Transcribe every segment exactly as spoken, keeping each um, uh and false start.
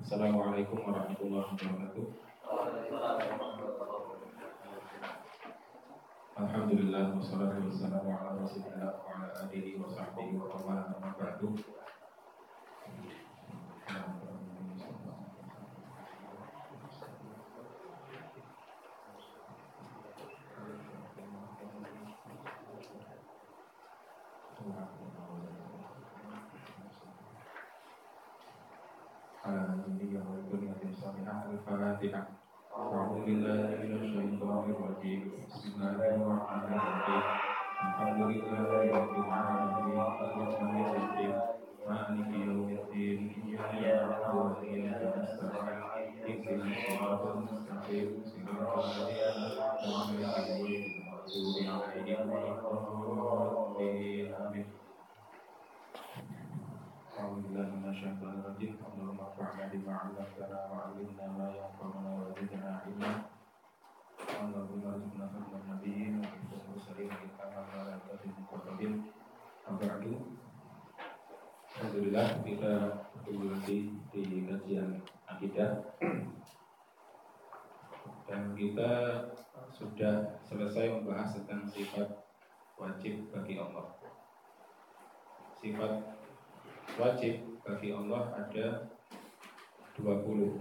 Assalamualaikum warahmatullahi wabarakatuh. Alhamdulillah wassalatu wassalamu ala rasulillah wa ala alihi wa sahbihi wa man amma ba'du. Al-Fatihah. A'udzu billahi minasyaitonir rajim. Bismillahirrahmanirrahim. Alhamdulillahi rabbil alamin. Arrahmanir rahim. Maliki yaumiddin. Iyyaka na'budu wa iyyaka nasta'in. Ihdinas siratal mustaqim. Siratal ladzina an'amta 'alaihim ghairil maghdubi 'alaihim. Amin. Alhamdulillah minasyaitonir rajim. Allahumma fa'alna bima 'allamtana wa 'allimna ma yanfa'una wa zidna 'ilma. Allahumma arzuqna fahman nabiyyin wa hifdzal mursalin wa ilhaman malaikatil muqarrabin. Ba'du. Alhamdulillah kita kembali di kajian akidah dan kita sudah selesai membahas tentang sifat wajib bagi Allah. Sifat wajib bagi Allah ada dua puluh.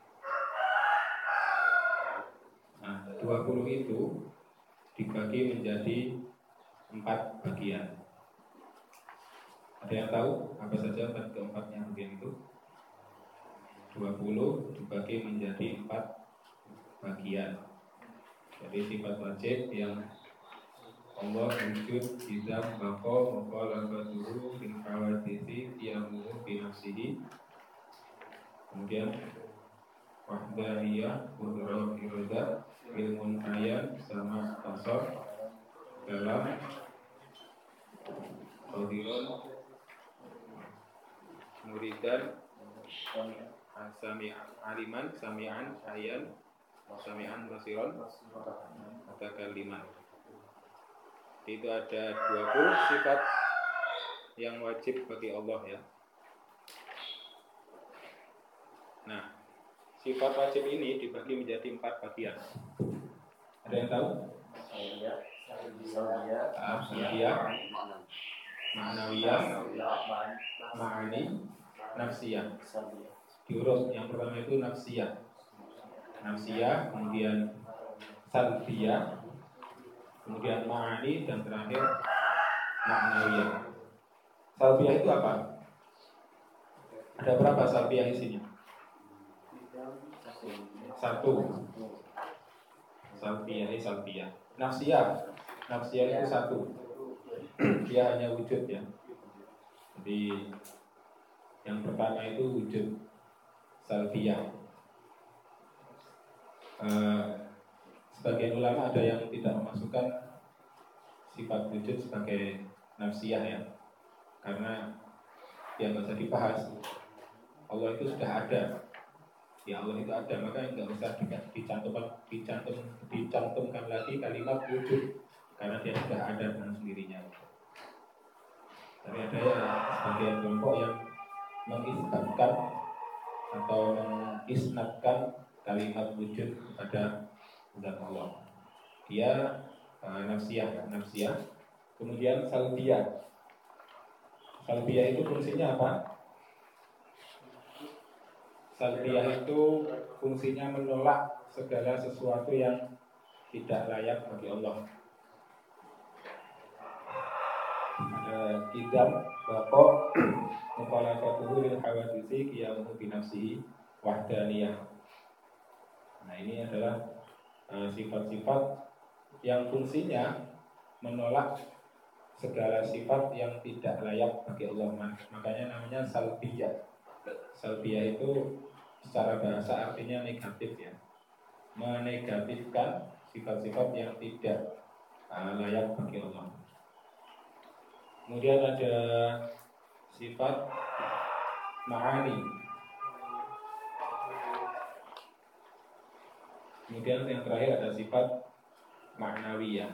Nah, dua puluh itu dibagi menjadi empat bagian. Ada yang tahu apa saja empat keempatnya bagian itu? dua puluh dibagi menjadi empat bagian. Jadi sifat wajib yang Allah wujud izam bako mukhalafatuhu fil hawaditsi qiyamuhu bi nafsihi. Kemudian wahdaniyah qudrah irada ilmun ayan sama tasawuf dalam qadirun muridan sami aliman sami'an ayan sami'an basiran mutakaliman. Itu ada dua puluh sifat yang wajib bagi Allah ya. Nah, sifat wajib ini dibagi menjadi empat bagian. Ada yang tahu? Salbiyah, ma'nawiyah, ma'ani, nafsiyah. Diurut, yang pertama itu nafsiyah. Nafsiyah, kemudian salbiyah, kemudian ma'ani, dan terakhir ma'nawiyah. Salbiyah itu apa? Ada berapa salbiyah isinya? Satu. Salbiyah ini salbiyah. Nafsiyah, nafsiyah itu satu. Dia hanya wujud ya. Jadi yang pertama itu wujud salbiyah. Uh, Sebagian ulama ada yang tidak memasukkan sifat wujud sebagai nafsiyah ya, karena dia nggak usah dibahas. Allah itu sudah ada, ya Allah itu ada, maka nggak usah dicantumkan, dicantum, dicantumkan lagi kalimat wujud, karena dia sudah ada dengan sendirinya. Tapi ada ya sebagian kelompok yang mengisbatkan atau mengisnadkan kalimat wujud kepada zat Allah. Dia uh, nafsiyah, nafsiyah. Kemudian salbiyah. Salbiyah itu fungsinya apa? Salbiyah itu fungsinya menolak segala sesuatu yang tidak layak bagi Allah. Ada idam, bako, mukhalafatuhu lil hawaditsi qiyamuhu bi nafsihi wahdaniyah. Nah, ini adalah uh, sifat-sifat yang fungsinya menolak segala sifat yang tidak layak bagi Allah. Makanya namanya salbiyah. Salbiyah itu secara bahasa artinya negatif ya, menegatifkan sifat-sifat yang tidak uh, layak bagi Allah. Kemudian ada sifat ma'ani. Kemudian yang terakhir ada sifat ma'nawiyah.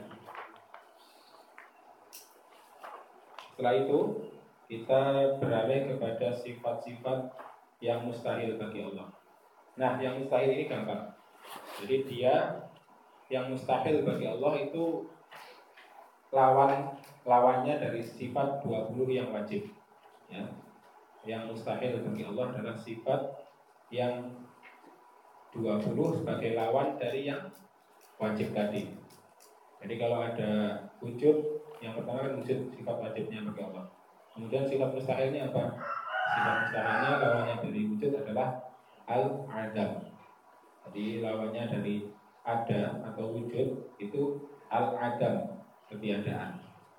Setelah itu kita beralih kepada sifat-sifat yang mustahil bagi Allah. Nah, yang mustahil ini gampang. Jadi dia yang mustahil bagi Allah itu lawan lawannya dari sifat dua puluh yang wajib. Ya. Yang mustahil bagi Allah adalah sifat yang dua puluh sebagai lawan dari yang wajib tadi. Jadi kalau ada wujud, yang pertama kan wujud sifat wajibnya bagi Allah. Kemudian sifat mustahilnya apa? Sifat mustahilnya lawannya dari wujud adalah al-adam. Jadi lawannya dari ada atau wujud itu al-adam, ketiadaan.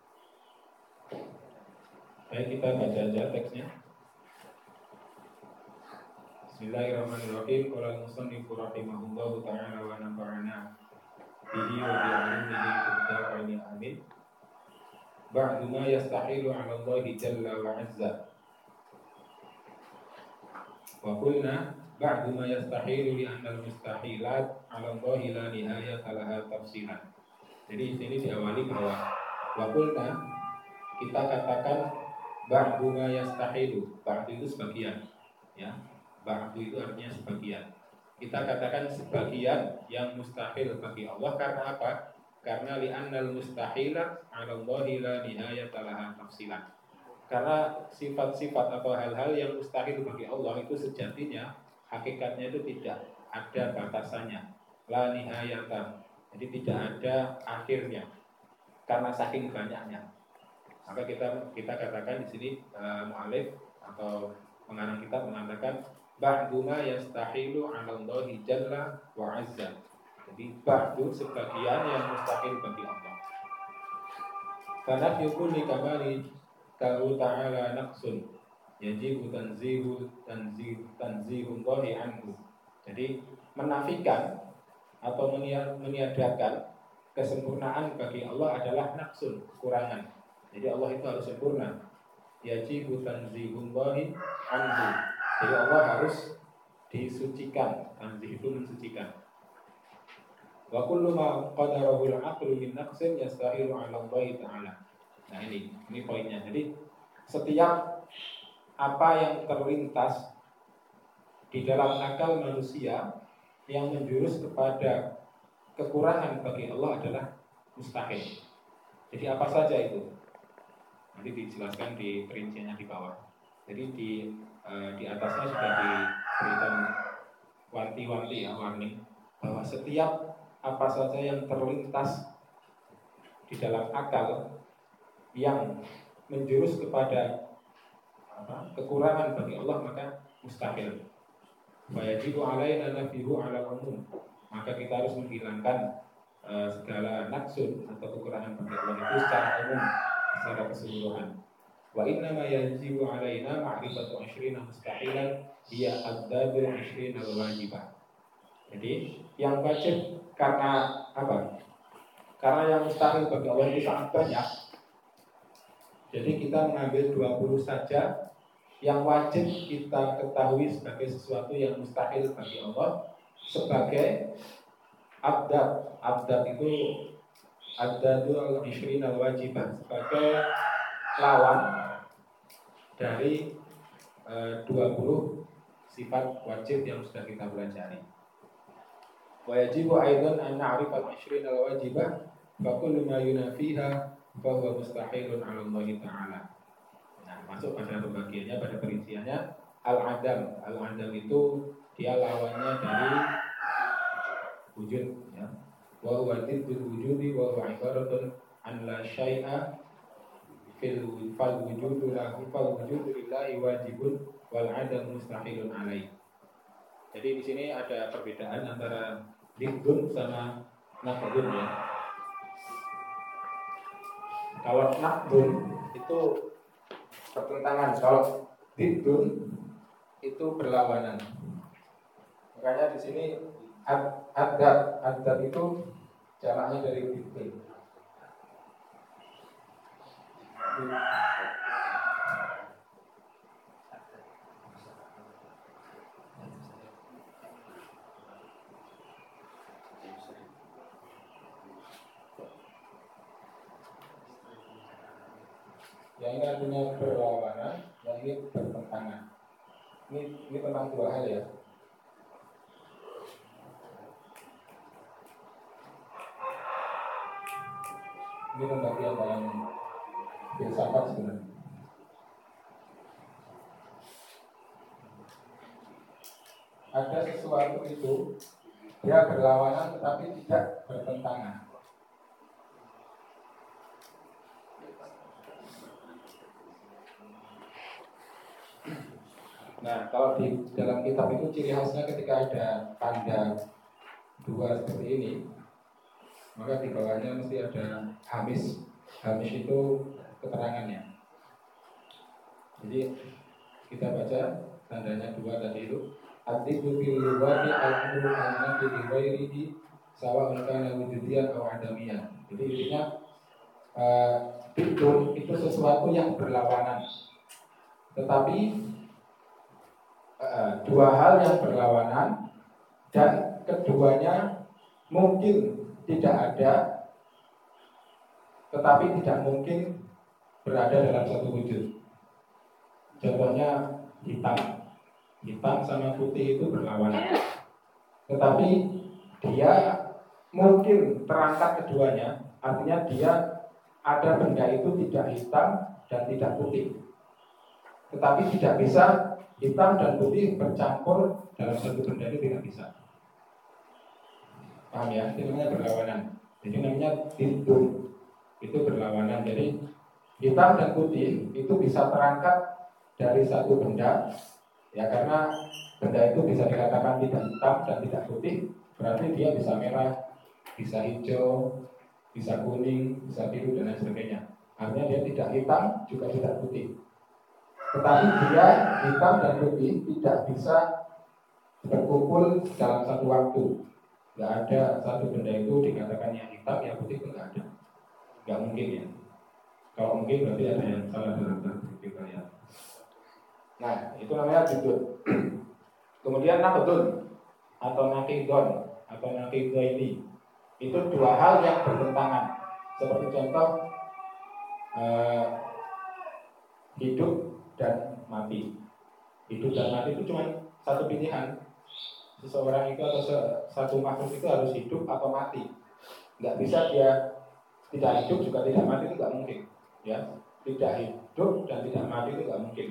Baik, kita baca aja teksnya. Bismillahirrahmanirrahim. Qala al-musannif rahimahullahu ta'ala wa nafa'ana bihi wa bi 'ilmihi fid-dharain amin. Ba'du ma yastahilu 'ala Allah jalla wa 'azza. Wa qulna ba'du ma yastahilu li anna al-mustahilat 'ala Allah la nihayata laha tafsilan. Jadi di sini diawali bahwa wa qulna, kita katakan ba'du ma yastahilu. Ba'du itu sebagian, ya. Ba'du itu artinya sebagian. Kita katakan sebagian yang mustahil bagi Allah karena apa? Karena li'annal mustahila 'ala Allahi la nihayata laha tafsilan. Karena sifat-sifat atau hal-hal yang mustahil bagi Allah itu sejatinya hakikatnya itu tidak ada batasannya. La nihayata. Jadi tidak ada akhirnya. Karena saking banyaknya. Maka kita kita katakan di sini uh, mu'alif atau pengarang kitab mengatakan ba'du ma yastahilu 'ala Allahi jalla wa 'azza. Jadi ba'du sebagian yang mustahil bagi Allah. Karena yukuli kamali ta'ala ta'ala naqsun yajibu tanzihu tanzih tanzihun Allahi anhu. Jadi menafikan atau meniadakan kesempurnaan bagi Allah adalah naqsun, kekurangan. Jadi Allah itu harus sempurna. Yajibu tanzihun Allahi anhu. Jadi Allah harus disucikan. Tanzih itu mensucikan. Wa kullu ma qadarahu al-'aqlu min naqsin yastahilu 'ala Allah ta'ala. Nah ini, ini poinnya. Jadi setiap apa yang terlintas di dalam akal manusia yang menjurus kepada kekurangan bagi Allah adalah mustahil. Jadi apa saja itu? Nanti dijelaskan di perinciannya di bawah. Jadi di Uh, di atasnya sudah diberikan wanti-wanti ya, warning bahwa setiap apa saja yang terlintas di dalam akal yang menjurus kepada apa, kekurangan bagi Allah maka mustahil. Wajibu alaina nafihu ala umum. Maka kita harus menghilangkan uh, segala naqsun atau kekurangan bagi Allah itu secara umum, secara keseluruhan. Wa inna ma yajibu alaina ma'rifatu asyrina mustahilan hiya addadul asyrina wajibah. Jadi yang wajib karena apa? Karena yang mustahil bagi Allah itu sangat banyak. Jadi kita mengambil dua puluh saja yang wajib kita ketahui sebagai sesuatu yang mustahil bagi Allah sebagai abdad. Abdad itu addadul asyrina wajibah, sebagai lawan dari e, dua puluh sifat wajib yang sudah kita pelajari. Wa yajibu aidan an na'rifa al-'ashrin al-wajibah fa kullu ma yunafiha fa huwa mustahilun 'ala Allah ta'ala. Nah, masuk pada pembagiannya, pada perinciannya al-adam. Al-adam itu dia lawannya dari wujud, ya. Wa huwa diddul wujudi wa huwa ibaratun an la syai'a fil fal wujudu lahu fal wujudu lillahi wajibun wal adam mustahilun alaih. Jadi di sini ada perbedaan antara diddun sama naqdun ya. Kalau naqdun itu pertentangan, kalau diddun itu berlawanan. Makanya di sini ad-ad ad itu jamaknya dari diddun. Yang ini artinya berlawanan, yang ini bertentangan. Ini, ini tentang dua hal ya. Ini pembagian dalam filsafat sebenarnya. Ada sesuatu itu dia berlawanan tetapi tidak bertentangan. Nah, kalau di dalam kitab itu ciri khasnya ketika ada tanda dua seperti ini, maka di bawahnya mesti ada hamis. Hamis itu keterangannya. Jadi kita baca tandanya dua tadi itu. Atibu bil lughati al-amru al-nafi bi ghairihi sawa'un kana wujudiyan aw adamiyan. Jadi intinya uh, itu itu sesuatu yang berlawanan. Tetapi uh, dua hal yang berlawanan dan keduanya mungkin tidak ada, tetapi tidak mungkin berada dalam satu wujud. Contohnya hitam. Hitam sama putih itu berlawanan. Tetapi dia mungkin terangkat keduanya. Artinya dia ada benda itu tidak hitam dan tidak putih. Tetapi tidak bisa hitam dan putih bercampur dalam satu benda itu, tidak bisa. Paham ya? Itu namanya berlawanan. Jadi namanya tidur. Itu berlawanan. Jadi hitam dan putih itu bisa terangkat dari satu benda. Ya, karena benda itu bisa dikatakan tidak hitam dan tidak putih, berarti dia bisa merah, bisa hijau, bisa kuning, bisa biru dan lain sebagainya. Artinya dia tidak hitam juga tidak putih. Tetapi dia hitam dan putih tidak bisa berkumpul dalam satu waktu. Tidak ada satu benda itu dikatakan yang hitam, yang putih itu tidak ada. Tidak mungkin ya. Kalau mungkin berarti ada yang salah dalam berpikir kalian. Nah, itu namanya judul. Kemudian naqdun atau naqidon atau naqidaini. Itu dua hal yang bertentangan. Seperti contoh eh, hidup dan mati. Hidup dan mati itu cuma satu pilihan. Seseorang itu atau satu makhluk itu harus hidup atau mati. Enggak bisa dia tidak hidup juga tidak mati, itu enggak mungkin. Ya, tidak hidup dan tidak mati itu enggak mungkin.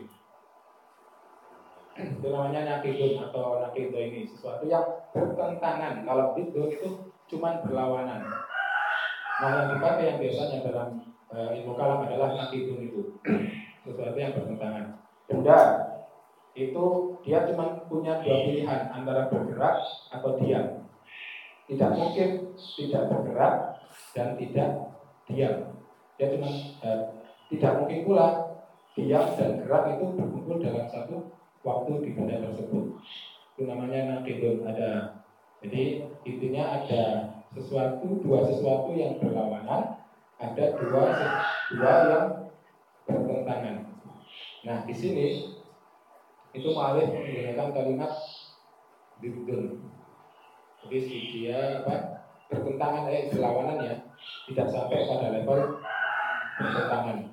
Itu namanya nakidun atau nakido ini, sesuatu yang bertentangan. Kalau bidun itu cuma berlawanan. Nah, yang dipakai yang biasanya dalam e, ilmu kalam adalah nakidun itu, sesuatu yang bertentangan. Benda itu dia cuma punya dua pilihan, antara bergerak atau diam. Tidak mungkin tidak bergerak dan tidak diam. Dia cuma e, tidak mungkin pula diam dan gerak itu berkumpul dalam satu waktu di benda tersebut. Itu namanya nakidun. Ada, jadi intinya ada sesuatu, dua sesuatu yang berlawanan, ada dua dua yang bertentangan. Nah, di sini itu mu'allif menggunakan kalimat bidun. Jadi dia apa? Bertentangan, eh berlawanan ya, tidak sampai pada level bertentangan.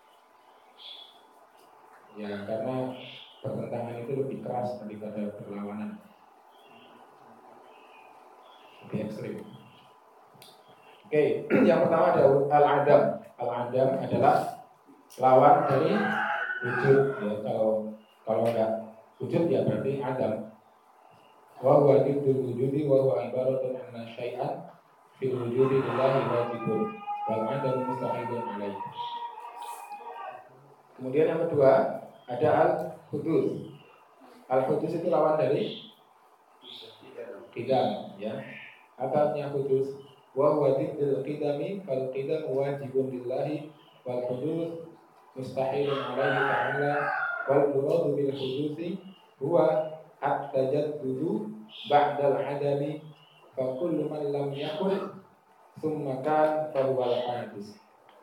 Ya, karena bertentangan itu lebih keras daripada berlawanan, lebih ekstrim. Oke, yang pertama ada al-adam. Al-adam adalah lawan dari wujud. Ya, kalau kalau enggak wujud ya berarti adam. Wa huwa diddul wujudi wa huwa ibaratun anna syai'an fil wujudi lillahi wajibun wal adam mustahilun alaihi. Kemudian yang kedua ada al-hudus. Al-hudus itu lawan dari qidam, ya. Apa artinya hudus? Wa huwa diddul qidami fal qidam wajibun lillahi wal hudus mustahilun alaihi ta'ala wal muradu bil hudusi huwa at-tajaddudu ba'dal adami fa kullu man lam yakun tsumma kan fa huwa al-hadis.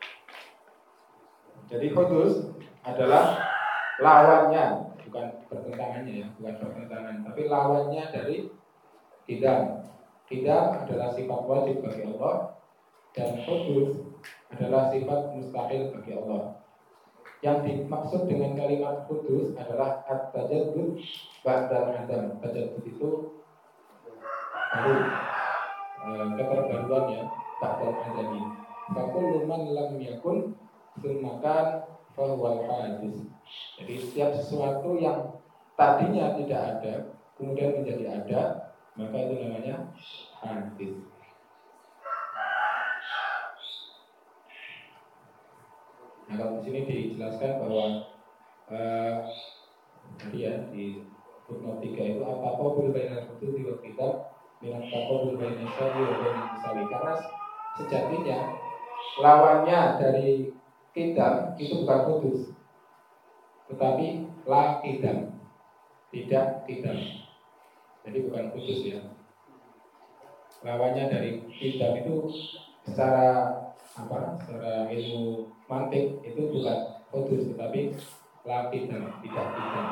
Jadi hudus adalah lawannya, bukan pertentangannya ya, bukan pertentangan, tapi lawannya dari qidam. Qidam adalah sifat wajib bagi Allah dan hudus adalah sifat mustahil bagi Allah. Yang dimaksud dengan kalimat hudus adalah at-tajaddud ba'dal adam. Tajaddud itu baru, e, keterbaruannya ba'dal adami. Fakullu man lam yakun sunnakan fahuwal hadis. Jadi setiap sesuatu yang tadinya tidak ada kemudian menjadi ada, maka itu namanya hadis. Nah, kalau di sini dijelaskan bahwa uh, tadi ya di footnote tiga itu at-taqabul bainal hududi wal kitab min at-taqabul bainal syar'i wa bainal misawi. Karena sejatinya lawannya dari kitab itu bukan hudus, tetapi la kitab, tidak kitab. Jadi bukan hudus ya. Lawannya dari kitab itu secara apa? Secara ilmu mantik itu bukan hudus, tetapi la kitab, tidak kitab.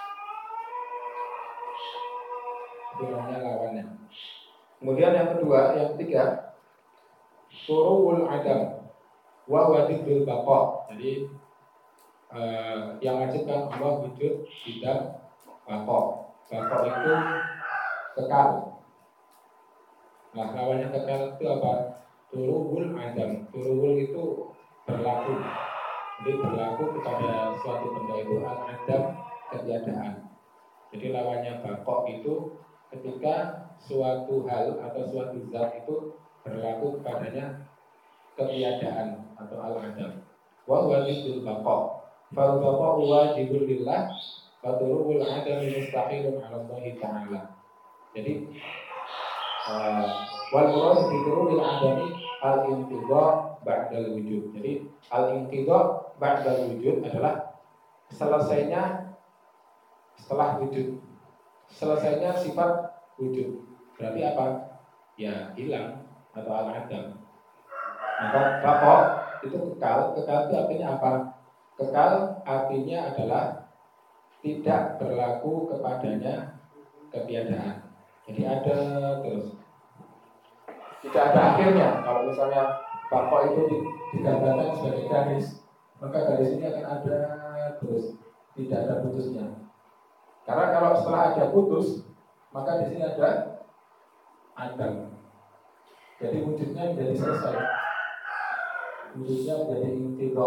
Itu namanya lawannya. Kemudian yang kedua, yang ketiga, suruhul adam wa wadidul baqa. Jadi eh, yang wajibkan Allah wujud tidak baqa. Baqa itu kekal. Nah, lawannya kekal itu apa? Suruhul adam. Suruhul itu berlaku. Jadi berlaku kepada suatu benda itu al-adam, ketiadaan. Jadi lawannya baqa itu ketika suatu hal atau suatu zat itu berlaku kepadanya ketiadaan atau al-adam. Wa wajibul baqa. Fal baqa wajibul lillah wa turul adam mustahilun 'ala Allah Ta'ala. Jadi uh, wal murad bi turul adami al-inqidha ba'dal wujud. Jadi al-inqidha ba'dal wujud adalah selesainya setelah wujud. Selesainya sifat wujud. Berarti apa? Ya hilang atau al-adam. Maka baqa itu kekal. Kekal itu artinya apa? Kekal artinya adalah tidak berlaku kepadanya ketiadaan. Jadi ada terus. Tidak ada akhirnya. Kalau misalnya baqa itu digambarkan sebagai garis, maka garis ini akan ada terus. Tidak ada putusnya. Karena kalau setelah ada putus, maka di sini ada adam. Jadi wujudnya menjadi selesai. Wujudnya menjadi inqidha.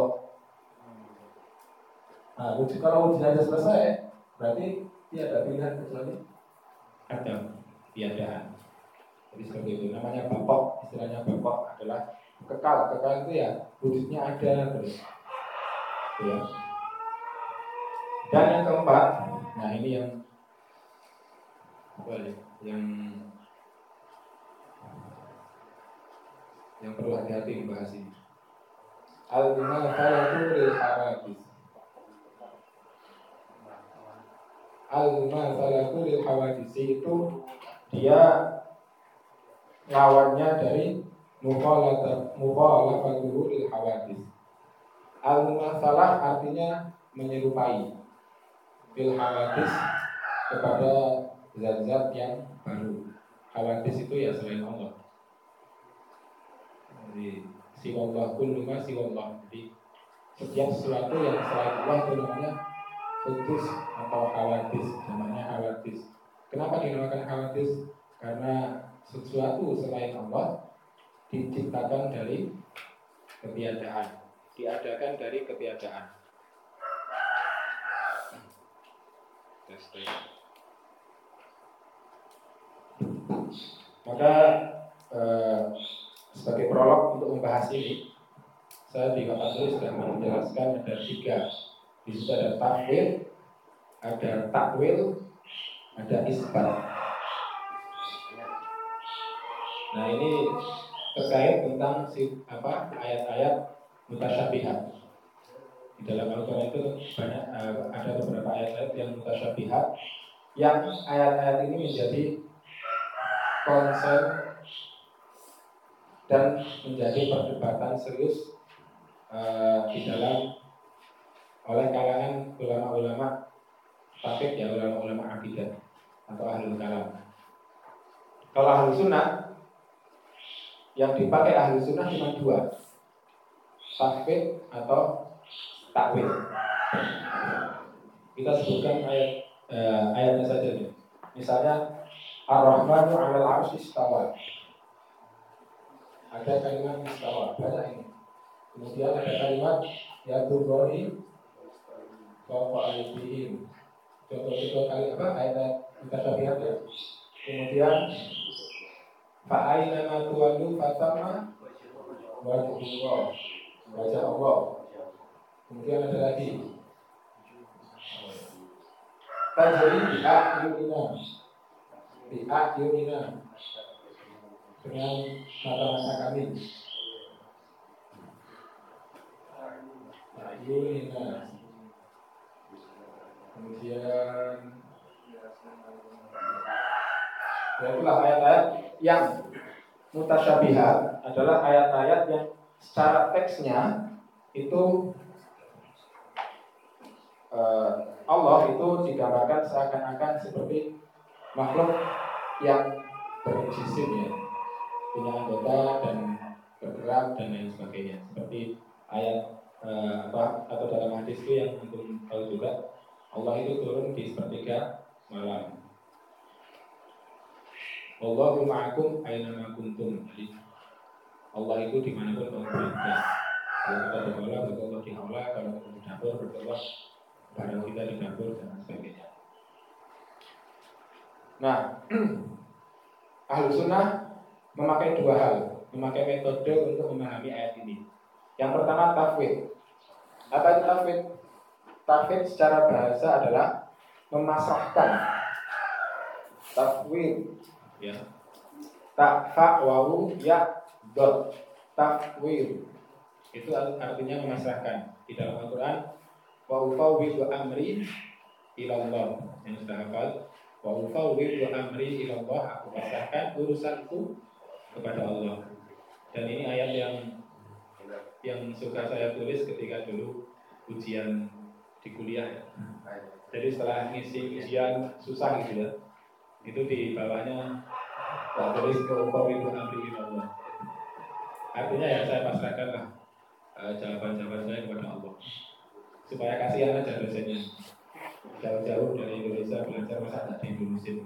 Nah, wujud kalau wujudnya sudah selesai, berarti tiada pilihan kecuali adam, tiadaan. Jadi seperti itu. Namanya baqa, istilahnya baqa adalah kekal. Kekal itu ya wujudnya ada terus. Ya. Dan yang keempat, nah ini yang apa ya? Yang yang perlu hati-hati dibahas ini. Al-mumathalatu lil hawadits. Al-mumathalatu lil hawadits itu dia lawannya dari mukhalafatu lil hawadits. Al-mumathalah artinya menyerupai bil hawadits kepada zat-zat yang baru. Hawadits itu ya selain Allah. Jadi siwallah kullu ma siwallah. Jadi setiap sesuatu yang selain Allah itu namanya hudus atau hawadits, namanya hawadits. Kenapa dinamakan hawadits? Karena sesuatu selain Allah diciptakan dari ketiadaan, diadakan dari ketiadaan. Maka eh, sebagai prolog untuk membahas ini, saya di papan tulis sudah menjelaskan ada tiga. Di situ ada takwil, ada takwil, ada isbat. Nah ini terkait tentang si, apa ayat-ayat mutasyabihat. Di dalam Al-Quran itu banyak uh, ada beberapa ayat-ayat yang mutasyabihat, yang ayat-ayat ini menjadi konsen dan menjadi perdebatan serius uh, di dalam oleh kalangan ulama-ulama tafsir, ya ulama-ulama akidah atau ahlul kalam. Kalau ahlus sunnah, yang dipakai ahlus sunnah cuma dua, tafsir atau takwil. Kita sebutkan ayat eh, ayatnya saja nih. Misalnya Ar-Rahmanu 'alal 'arsy istawa. Ada kalimat istawa, banyak ini. Kemudian ada kalimat yadullahi fawqa aydihim. Contoh-contoh kali apa ayat mutasyabihat ya. Kemudian fa'aina ma tuwallu fatamma wajhullah. Wajah Allah. Kemudian ada lagi tajri bi'ayunina bi'ayunina dengan mata-mata kami. Ayunina. Kemudian ya itulah ayat-ayat yang mutasyabihat adalah ayat-ayat yang secara teksnya itu uh, Allah itu digambarkan seakan-akan seperti makhluk yang berjisim ya, punya anggota dan bergerak dan lain sebagainya. Seperti ayat uh, apa atau dalam hadis itu yang antum tahu juga, Allah itu turun di sepertiga malam. Wallahu ma'akum aina ma kuntum. Allah itu dimanapun kamu berada. Kalau kita di aula, berarti Allah di aula. Kalau kita di dapur, berarti Allah barang kita di dapur dan sebagainya. Nah, Ahlu Sunnah memakai dua hal, memakai metode untuk memahami ayat ini. Yang pertama tafwid. Apa itu tafwid? Tafwid secara bahasa adalah memasrahkan. Tafwid, ya. Tak fa wawu ya dot. Tafwid itu artinya memasrahkan. Di dalam Al-Quran, wa ufawwidu amri ilallah. Yang sudah hafal, wa ufawwidu amri ilallah, aku pasrahkan urusanku kepada Allah. Dan ini ayat yang yang suka saya tulis ketika dulu ujian di kuliah ya. Jadi setelah ngisi ujian susah gitu ya, itu di bawahnya tak tulis ke ufawwidu amri ilallah. Artinya ya saya pasrahkan lah uh, jawaban-jawaban saya kepada Allah, supaya kasihan aja dosennya, jauh-jauh dari Indonesia belajar masa tak di Indonesia.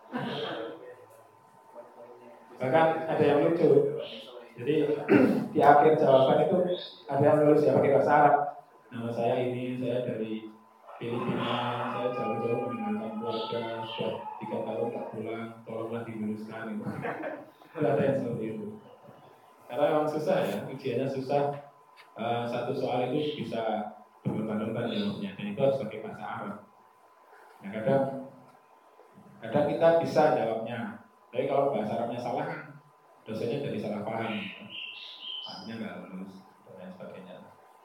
Bahkan ada yang lucu, jadi di akhir jawaban itu ada yang nulis ya pakai bahasa Arab. Nama saya ini, saya dari Filipina, saya jauh-jauh meninggalkan keluarga, sudah tiga tahun tak pulang, tolonglah diluluskan. Itu ada yang seperti itu. Karena memang susah ya, ujiannya susah. Uh, satu soal itu bisa berlembar-lembar jawabnya, dan itu harus pakai bahasa Arab. Nah kadang, kadang kita bisa jawabnya, tapi kalau bahasa Arabnya salah kan dosennya jadi salah paham, artinya nggak lulus dan lain sebagainya.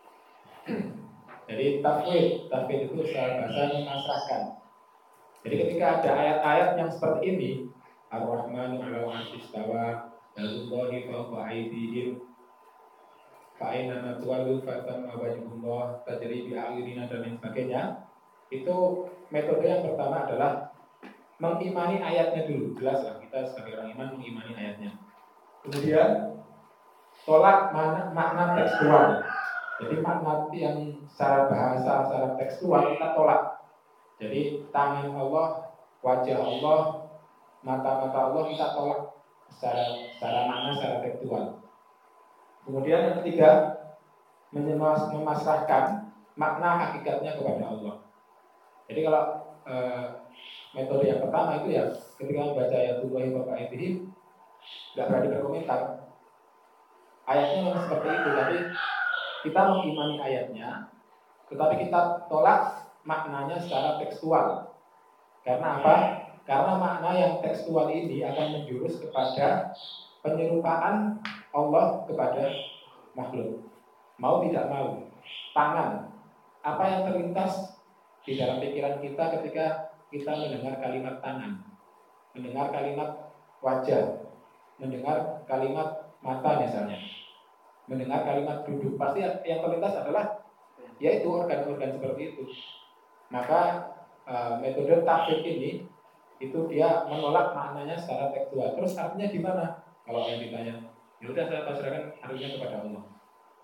Jadi tafwid, tafwid itu secara bahasa memasrahkan. Jadi ketika ada ayat-ayat yang seperti ini, Ar-Rahmanu 'alal 'arsy istawa, Yadullahi fawqa aydihim, fa'aina ma tuwallu fatamma wajhullah, tajri bi a'yunina dan lain sebagainya. Itu metode yang pertama adalah mengimani ayatnya dulu. Jelas lah kita sebagai orang iman mengimani ayatnya. Kemudian tolak makna, makna tekstual. Jadi makna yang secara bahasa, secara tekstual kita tolak. Jadi tangan Allah, wajah Allah, mata-mata Allah kita tolak secara secara makna, secara tekstual. Kemudian yang ketiga, menyemas, memasrahkan makna hakikatnya kepada Allah. Jadi kalau e, metode yang pertama itu ya ketika membaca ayat Tuhan Bapak Ibrahim nggak berani berkomentar. Ayatnya memang seperti itu, tapi kita mengimani ayatnya, tetapi kita tolak maknanya secara tekstual. Karena apa? Karena makna yang tekstual ini akan menjurus kepada penyerupaan Allah kepada makhluk. Mau tidak mau, tangan. Apa yang terlintas di dalam pikiran kita ketika kita mendengar kalimat tangan, mendengar kalimat wajah, mendengar kalimat mata misalnya, mendengar kalimat duduk, pasti yang terlintas adalah yaitu organ-organ seperti itu. Maka uh, metode tafsir ini itu dia menolak maknanya secara tekstual. Terus artinya di mana? Kalau yang ditanya, ya udah saya pasrahkan artinya kepada Allah.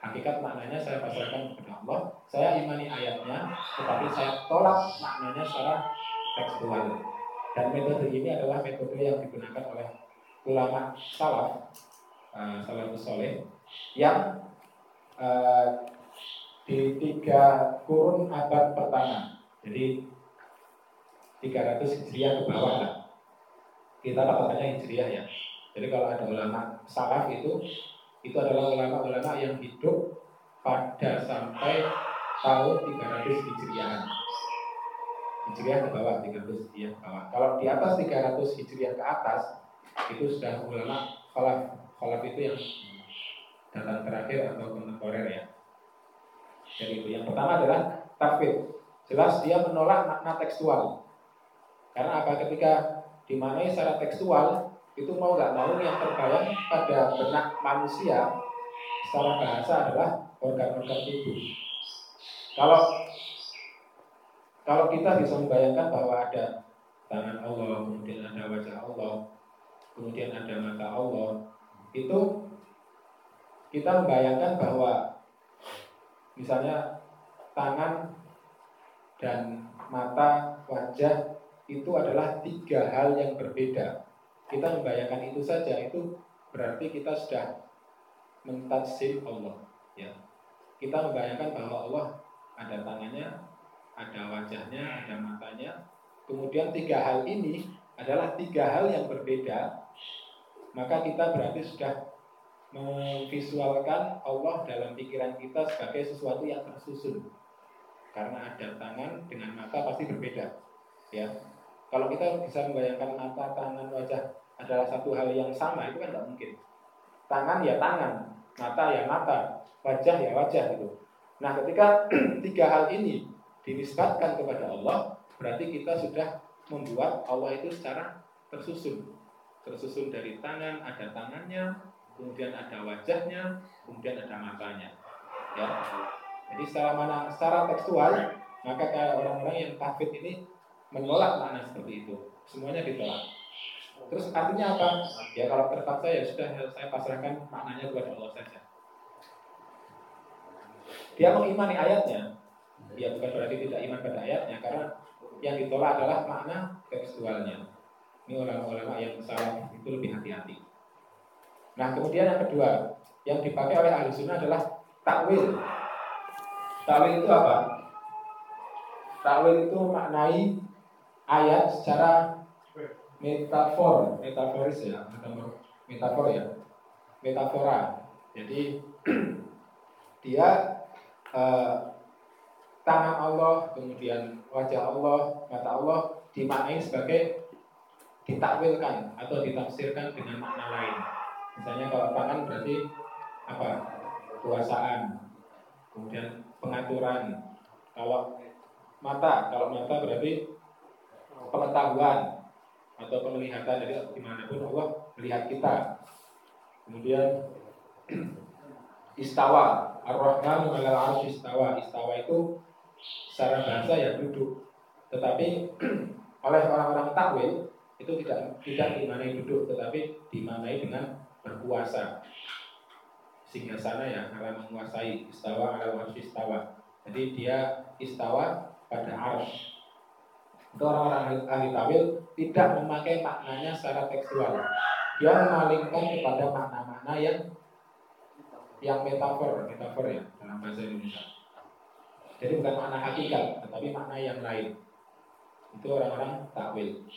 hakikat maknanya saya pasrahkan kepada Allah, saya imani ayatnya, tetapi saya tolak maknanya secara tekstual. Dan metode ini adalah metode yang digunakan oleh ulama salaf, uh, salafus soleh, yang uh, di tiga kurun abad pertama, jadi tiga ratus Hijriah ke bawah lah. Kita patokannya Hijriah ya. Jadi kalau ada ulama salaf itu, itu adalah ulama-ulama yang hidup pada sampai tahun tiga ratus Hijriah. Hijriah ke bawah, tiga ratus Hijriah ke bawah. Kalau di atas tiga ratus Hijriah ke atas, itu sudah ulama khalaf. Khalaf itu yang datang terakhir atau kontemporer ya. Jadi itu yang pertama adalah tafwid. Jelas dia menolak makna tekstual. Karena apa? Ketika dimaknai secara tekstual, itu mau nggak mau yang terbayang pada benak manusia secara bahasa adalah organ-organ tubuh. Kalau kalau kita bisa membayangkan bahwa ada tangan Allah, kemudian ada wajah Allah, kemudian ada mata Allah, itu kita membayangkan bahwa misalnya tangan dan mata, wajah itu adalah tiga hal yang berbeda. Kita membayangkan itu saja, itu berarti kita sudah mentadsim Allah ya. Kita membayangkan bahwa Allah ada tangannya, ada wajahnya, ada matanya. Kemudian tiga hal ini adalah tiga hal yang berbeda. Maka kita berarti sudah memvisualkan Allah dalam pikiran kita sebagai sesuatu yang tersusun. Karena ada tangan dengan mata pasti berbeda ya. Kalau kita bisa membayangkan mata, tangan, wajah adalah satu hal yang sama, itu kan tidak mungkin. Tangan ya tangan, mata ya mata, wajah ya wajah gitu. Nah, ketika tiga hal ini dinisbatkan kepada Allah, berarti kita sudah membuat Allah itu secara tersusun. Tersusun dari tangan, ada tangannya, kemudian ada wajahnya, kemudian ada matanya. Ya. Jadi secara mana, secara tekstual, maka kayak orang-orang yang kafir ini menolak makna seperti itu. Semuanya ditolak. Terus artinya apa? Ya kalau terpaksa ya sudah, saya pasrahkan maknanya kepada Allah saja. Dia mengimani ayatnya. Ya bukan berarti tidak iman pada ayatnya, karena yang ditolak adalah makna tekstualnya. Ini ulama-ulama yang salah itu lebih hati-hati. Nah kemudian yang kedua, yang dipakai oleh ahli sunnah adalah takwil. Takwil itu apa? Takwil itu maknai ayat secara metafor, metaforis ya, metafor ya, metafora. Jadi dia eh, tangan Allah, kemudian wajah Allah, mata Allah dimaknai sebagai ditakwilkan atau ditafsirkan dengan makna lain. Misalnya kalau tangan berarti apa? Kekuasaan, kemudian pengaturan. Kalau mata, kalau mata berarti pengetahuan atau penglihatan. Jadi dimanapun Allah melihat kita. Kemudian istawa, ar-Rahman 'alal 'arsy istawa. Istawa itu secara bahasa ya duduk. Tetapi oleh orang-orang takwil itu tidak tidak dimaknai duduk, tetapi dimaknai dengan berkuasa. Singgasana ya, ala menguasai. Istawa 'alal 'arsy istawa. Jadi dia istawa pada arsy. Itu orang-orang ahli tawil tidak memakai maknanya secara tekstual. Dia memalingkan kepada makna-makna yang yang metafor, metafor ya dalam bahasa Indonesia. Jadi bukan makna hakikat, tetapi makna yang lain. Itu orang-orang takwil.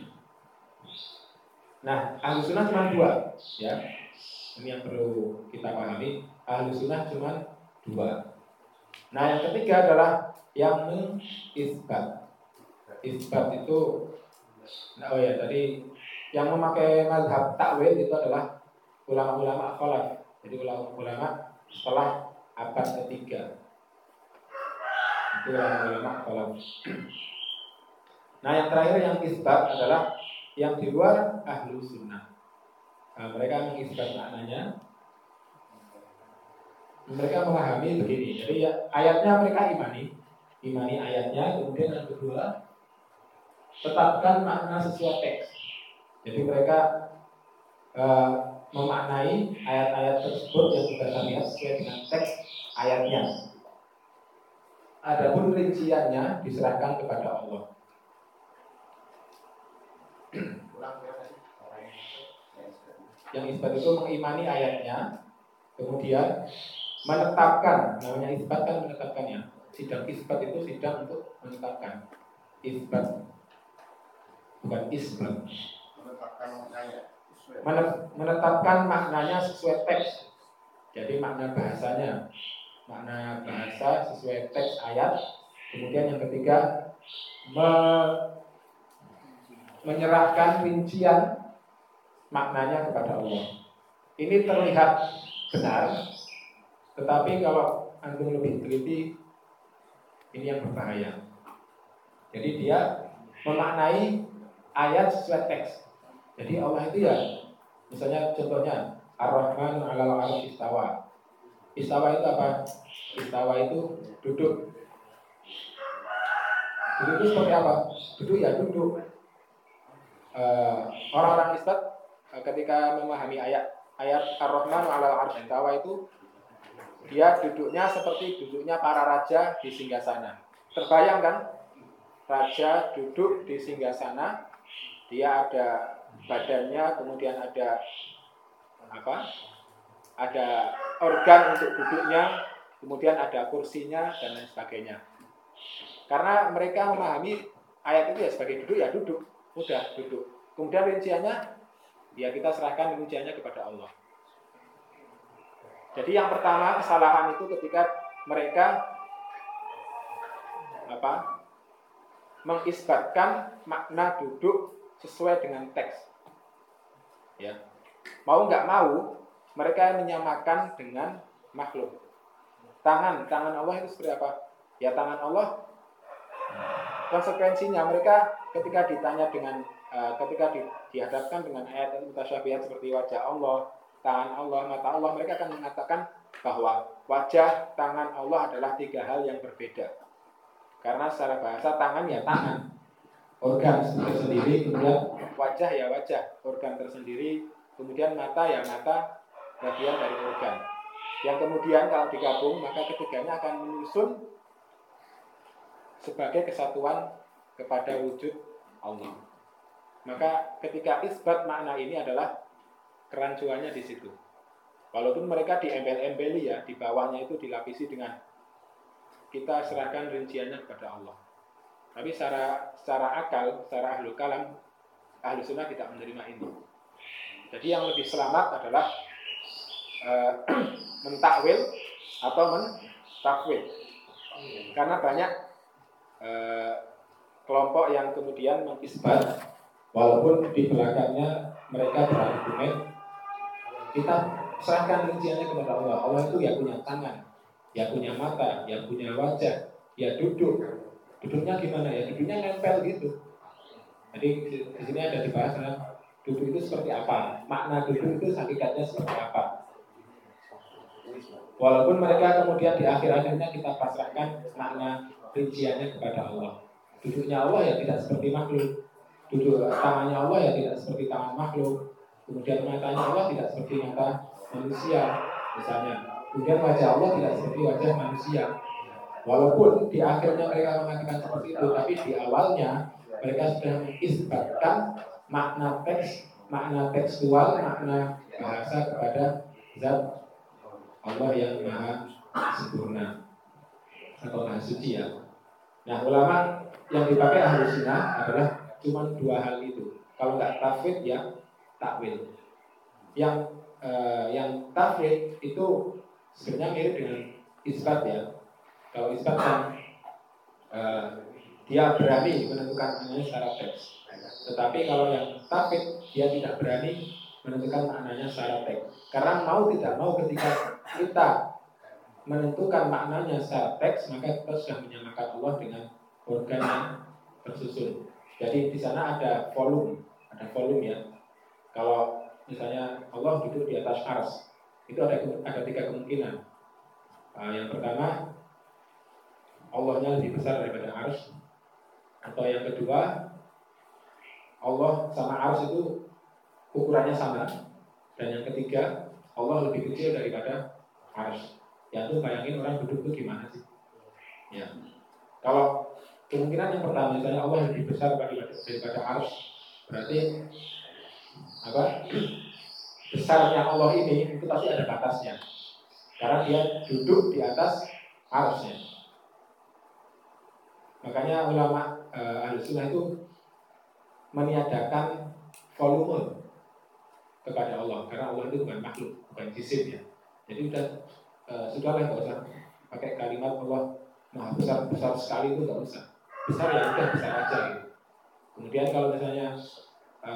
Nah, ahli sunnah cuma dua, ya. Ini yang perlu kita pahami. Ahli sunnah cuma dua. Nah, yang ketiga adalah yang mengisbat. Isbat itu, nah, oh ya tadi yang memakai mazhab takwil itu adalah ulama-ulama khalaf. Jadi ulama-ulama setelah abad ketiga. Itu ulama-ulama khalaf. Nah yang terakhir yang isbat adalah yang di luar ahlu sunnah. Nah, mereka mengisbat maknanya. Mereka memahami begini. Jadi ya, ayatnya mereka imani, imani ayatnya. Kemudian yang kedua, tetapkan makna sesuai teks. Jadi mereka uh, memaknai ayat-ayat tersebut yang kita lihat sesuai dengan teks ayatnya. Adapun rinciannya diserahkan kepada Allah. Yang isbat itu mengimani ayatnya, kemudian menetapkan, namanya isbat kan menetapkannya. Sidang isbat itu sidang untuk menetapkan. Isbat bukan isbat. Menetapkan maknanya sesuai teks. Jadi makna bahasanya, makna bahasa sesuai teks ayat. Kemudian yang ketiga, me- menyerahkan rincian maknanya kepada Allah. Ini terlihat benar, tetapi kalau antum lebih teliti, ini yang berbahaya. Jadi dia memaknai ayat sesuai teks. Jadi Allah itu ya, misalnya contohnya Ar-Rahman 'alal 'arsy istawa. Istawa itu apa? Istawa itu duduk. Duduk itu seperti apa? Duduk ya duduk. Uh, orang-orang isbat uh, ketika memahami ayat ayat Ar-Rahman 'alal 'arsy istawa itu, dia duduknya seperti duduknya para raja di singgasana. Terbayang kan? Raja duduk di singgasana, dia ada badannya, kemudian ada apa? Ada organ untuk duduknya, kemudian ada kursinya dan lain sebagainya. Karena mereka memahami ayat itu ya sebagai duduk ya duduk, udah duduk. Kemudian rinciannya ya kita serahkan rinciannya kepada Allah. Jadi yang pertama kesalahan itu ketika mereka apa? mengisbatkan makna duduk sesuai dengan teks. Ya. Mau nggak mau, mereka menyamakan dengan makhluk. Tangan, tangan Allah itu seperti apa? Ya tangan Allah. Konsekuensinya mereka ketika ditanya dengan, uh, ketika di, dihadapkan dengan ayat mutasyabihat seperti wajah Allah, tangan Allah, mata Allah, mereka akan mengatakan bahwa wajah, tangan Allah adalah tiga hal yang berbeda. Karena secara bahasa tangan ya tangan, organ tersendiri, kemudian wajah ya wajah, organ tersendiri, kemudian mata ya mata, bagian dari organ. Yang kemudian kalau digabung maka ketiganya akan menyusun sebagai kesatuan kepada wujud Allah. Maka ketika isbat makna ini adalah kerancuannya di situ. Walaupun mereka diembel-embeli ya, di bawahnya itu dilapisi dengan kita serahkan rinciannya kepada Allah. Tapi secara secara akal, secara ahlul kalam, ahlu sunnah tidak menerima ini. Jadi yang lebih selamat adalah uh, mentakwil atau mentakwil. Karena banyak uh, kelompok yang kemudian mengisbat, walaupun di belakangnya mereka berargumen, kita serahkan rinciannya kepada Allah. Allah itu ya punya tangan, ya punya mata, ya punya wajah, ya duduk. Duduknya gimana ya? Duduknya nempel gitu. Jadi di sini ada dibahas kan, duduk itu seperti apa? Makna duduk itu hakikatnya seperti apa? Walaupun mereka kemudian di akhir-akhirnya kita pasrahkan makna rinciannya kepada Allah. Duduknya Allah ya tidak seperti makhluk. Duduk tangannya Allah ya tidak seperti tangan makhluk. Kemudian matanya Allah tidak seperti mata manusia misalnya. Kemudian wajah Allah tidak seperti wajah manusia. Walaupun di akhirnya mereka mengatakan seperti itu, tapi di awalnya mereka sudah mengisbatkan makna teks, makna tekstual, makna bahasa kepada zat Allah yang maha sempurna atau maha suci ya. Nah ulama yang dipakai ahlu sunnah adalah cuma dua hal itu. Kalau nggak tafwid ya takwil. Yang eh, yang tafwid itu sebenarnya mirip dengan isbat ya. Kalau isbat kan uh, dia berani menentukan maknanya secara teks. Tetapi kalau yang tafwid dia tidak berani menentukan maknanya secara teks. Karena mau tidak mau ketika kita menentukan maknanya secara teks, maka kita sudah menyamakan Allah dengan organ yang tersusun. Jadi di sana ada volume, ada volume ya. Kalau misalnya Allah duduk di atas ars, itu ada ada tiga kemungkinan. Uh, yang pertama Allahnya lebih besar daripada ars, atau yang kedua Allah sama ars itu ukurannya sama, dan yang ketiga Allah lebih kecil daripada ars. Ya tuh bayangin orang duduk itu gimana sih? Ya. Kalau kemungkinan yang pertama misalnya Allah lebih besar daripada daripada arsy, berarti apa? Besarnya Allah ini itu pasti ada batasnya. Karena dia duduk di atas arsy-nya. Makanya ulama e, Ahlussunnah itu meniadakan volume kepada Allah, karena Allah itu bukan makhluk, bukan jisim ya. Jadi udah e, sudahlah nggak usah pakai kalimat Allah maha besar besar sekali, itu nggak usah. Besar ya udah besar aja gitu. Kemudian kalau misalnya e,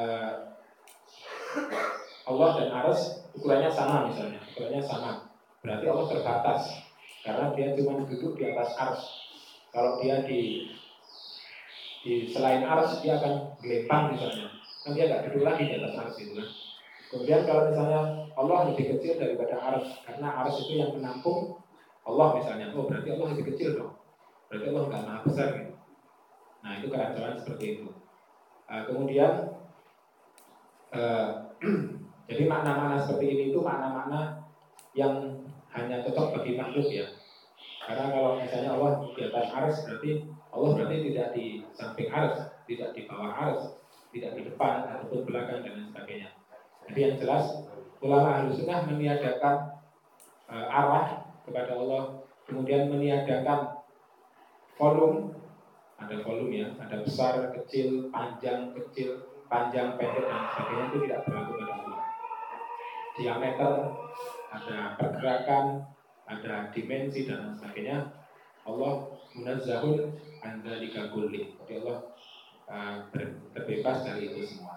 Allah dan arsy ukurannya sama misalnya, ukurannya sama, berarti Allah terbatas karena dia cuma duduk di atas arsy. Kalau dia di di selain arsy dia akan gelempang misalnya, kan dia nggak duduk lagi di atas arsy itu kan. Kemudian kalau misalnya Allah lebih kecil daripada arsy, karena arsy itu yang menampung Allah misalnya, oh berarti Allah lebih kecil dong, berarti Allah nggak maha besar gitu. Nah itu kerancuan seperti itu. Uh, kemudian uh, jadi makna-makna seperti ini itu makna-makna yang hanya cocok bagi makhluk ya. Karena kalau misalnya Allah di atas arsy, berarti Allah berarti tidak di samping arsy, tidak di bawah arsy, tidak di depan ataupun belakang dan lain sebagainya. Jadi yang jelas ulama Ahlussunnah meniadakan e, arah kepada Allah, kemudian meniadakan volume, ada volume ya, ada besar, kecil, panjang, kecil, panjang, pendek dan sebagainya, itu tidak berlaku pada Allah. Diameter, ada pergerakan, ada dimensi dan lain sebagainya. Allah munazzahun an dzalika kulli. Jadi Allah uh, terbebas dari itu semua.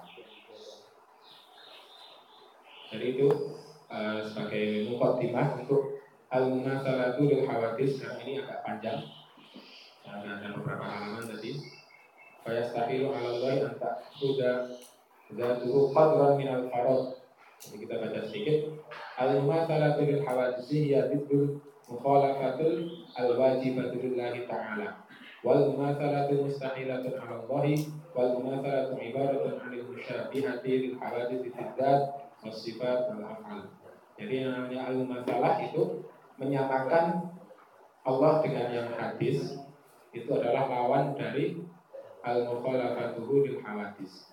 Jadi itu uh, sebagai muqaddimah untuk al-munasalatu lil hawadits. Karena ini agak panjang, ada, ada beberapa halaman tadi. Fa yastahilu 'ala Allahi an ta'khudha dzatuhu qadran min al-farad. Jadi kita baca sedikit. Al-munasalatu lil hawadits hiya diddul mukhalafatul al-wajibatu lillahi ta'ala. Wal mumatsalatu mustahilatun 'ala Allahi wal mumatsalatu ibaratun 'anil musyabihati lil hawadits bidzat was-sifat wal af'al. Jadi yang namanya al-mumatsalah itu menyamakan Allah dengan yang hadis, itu adalah lawan dari al-mukhalafatuhu lil hawadits.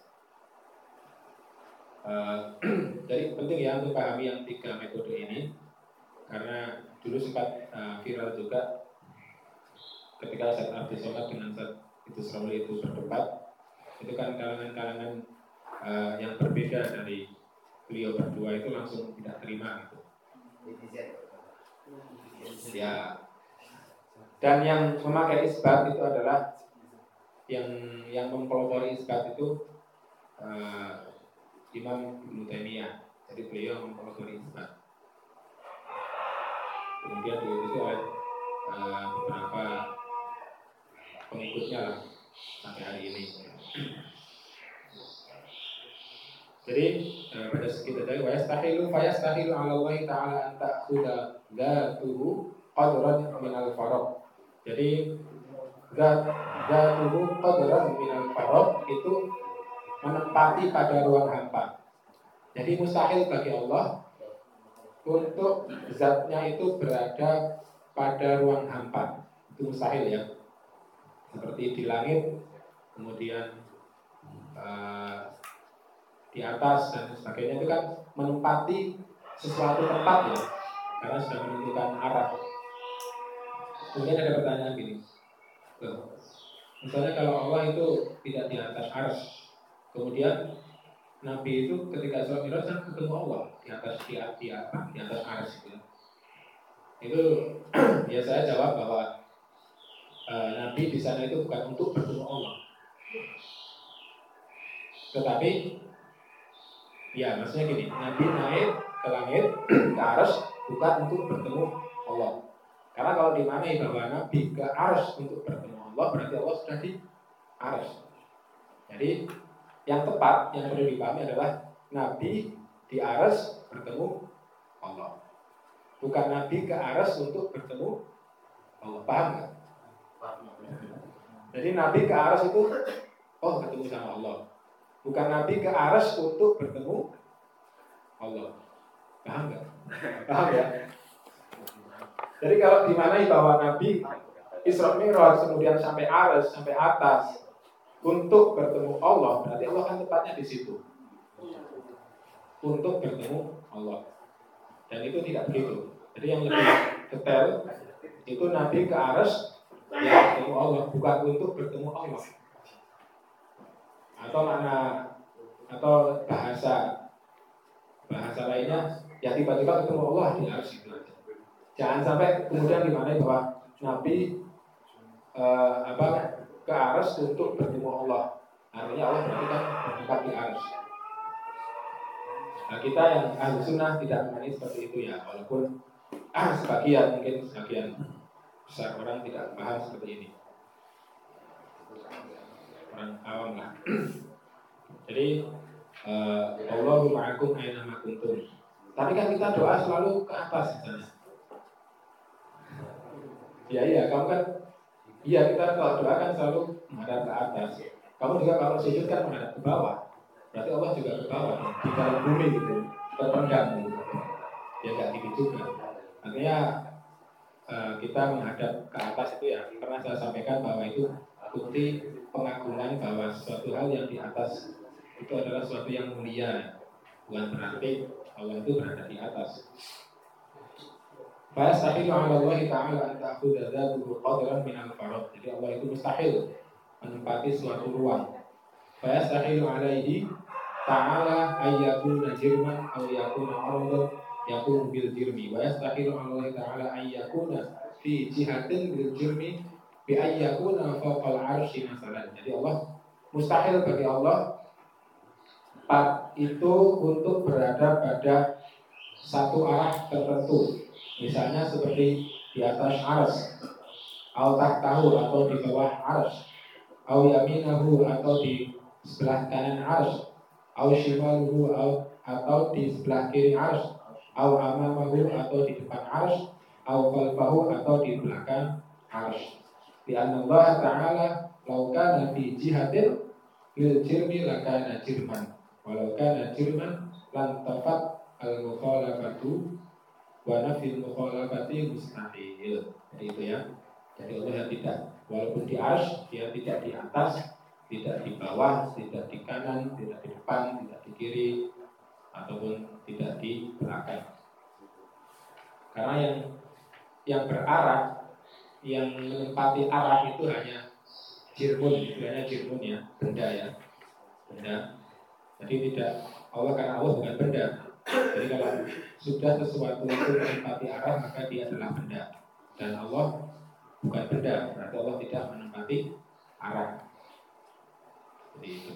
Uh, jadi penting ya untuk pahami yang tiga metode ini, karena dulu sempat uh, viral juga ketika Said Abdul Somad dengan Said Idrus Ramli itu berdebat. Itu kan kalangan-kalangan uh, yang berbeda dari beliau berdua itu langsung tidak terima gitu. Ya. Dan yang memakai isbat itu adalah yang yang mempelopori isbat itu uh, Imam Ibnu Taimiyah. Jadi beliau mempelopori isbat. Kemudian diikuti oleh uh, beberapa pengikutnya lah sampai hari ini. Jadi uh, pada segi tadi wa yastahilu fa yastahilu 'ala Allah ta'ala an ta'khudha dzatuhu qadran min al-farad. Jadi zat dzatuhu qadran min al-farad itu menempati pada ruang hampa. Jadi mustahil bagi Allah untuk zatnya itu berada pada ruang hampa. Itu mustahil ya. Seperti di langit, kemudian uh, di atas dan sebagainya, itu kan menempati sesuatu tempat ya, karena sudah menentukan arah. Kemudian ada pertanyaan gini, misalnya kalau Allah itu tidak di atas arsy, kemudian Nabi itu ketika sholat Mi'raj kan ketemu Allah di atas di, di apa di atas arsy gitu. Itu ya saya jawab bahwa e, Nabi di sana itu bukan untuk bertemu Allah, tetapi ya maksudnya gini, Nabi naik ke langit ke arsy bukan untuk bertemu Allah. Karena kalau dimaknai bahwa Nabi ke arsy untuk bertemu Allah, berarti Allah sudah di arsy. Jadi yang tepat yang perlu dipahami adalah Nabi di arsy bertemu Allah, bukan Nabi ke arsy untuk bertemu Allah. Paham nggak? Jadi Nabi ke arsy itu oh ketemu sama Allah, bukan Nabi ke arsy untuk bertemu Allah. Paham nggak? Paham ya? Jadi kalau dimanai bahwa Nabi Isra Mi'raj kemudian sampai aras, sampai atas untuk bertemu Allah, berarti Allah kan tepatnya di situ. Untuk bertemu Allah. Dan itu tidak begitu. Jadi yang lebih detail itu Nabi ke aras ya bertemu Allah, bukan untuk bertemu Allah. Atau mana atau bahasa bahasa lainnya ya tiba-tiba ketemu Allah di aras itu aja. Jangan sampai kemudian dimanai bahwa Nabi eh, apa ke aras untuk bertemu Allah. Artinya Allah berarti kan bertempat di aras. Nah, kita yang ahli sunnah tidak mengenai seperti itu ya, walaupun ah, sebagian mungkin sebagian besar orang tidak paham seperti ini. Orang awam lah. Jadi uh, Allahu ma'akum aina ma kuntum. Tapi kan kita doa selalu ke atas misalnya. Ya iya, kamu kan iya kita kalau doa kan selalu menghadap ke atas. Kamu juga kalau sujud kan menghadap ke bawah. Berarti Allah juga ke bawah, di dalam bumi gitu, terpendam gitu. Ya enggak gitu juga. Artinya uh, kita menghadap ke atas itu ya, pernah saya sampaikan bahwa itu bukti pengagungan bahwa suatu hal yang di atas itu adalah suatu yang mulia. Bukan berarti Allah itu berada di atas. Fayastahilu 'ala Allah ta'ala an ta'khudha dzatuhu qadran min al-farad. Jadi Allah itu mustahil menempati suatu ruang. Fayastahilu 'alaihi ta'ala ayyakuna jirman aw yakuna 'aradan yakun bil jirmi. Wa yastahilu 'ala Allah ta'ala ayyakuna fi jihatin bil jirmi bi ayyakuna fawqa al-'arsy masalan. Jadi Allah mustahil bagi Allah itu untuk berada pada satu arah tertentu. Misalnya seperti di atas arsy, atau tahtahu atau di bawah arsy, atau yaminahu atau di sebelah kanan arsy, atau shimaluhu atau di sebelah kiri arsy, atau amamahu atau di depan arsy, atau khalfahu atau di belakang arsy. Di anna Allah Ta'ala law kana fi jihatin bil jirmi lakana jirman, walau kana jirman lan tafat al-mukhalafatu wa nafil mukhalafati mustahil. Jadi itu ya. Jadi Allah yang tidak, walaupun di arsy dia tidak di atas, tidak di bawah, tidak di kanan, tidak di depan, tidak di kiri, ataupun tidak di belakang. Karena yang yang berarah, yang menempati arah itu hanya jirmun, itu hanya jirmun ya, benda ya, benda. Jadi tidak Allah, karena Allah bukan benda. Jadi kalau sudah sesuatu itu menempati arah, maka dia adalah benda. Dan Allah bukan benda, berarti Allah tidak menempati arah. Jadi itu.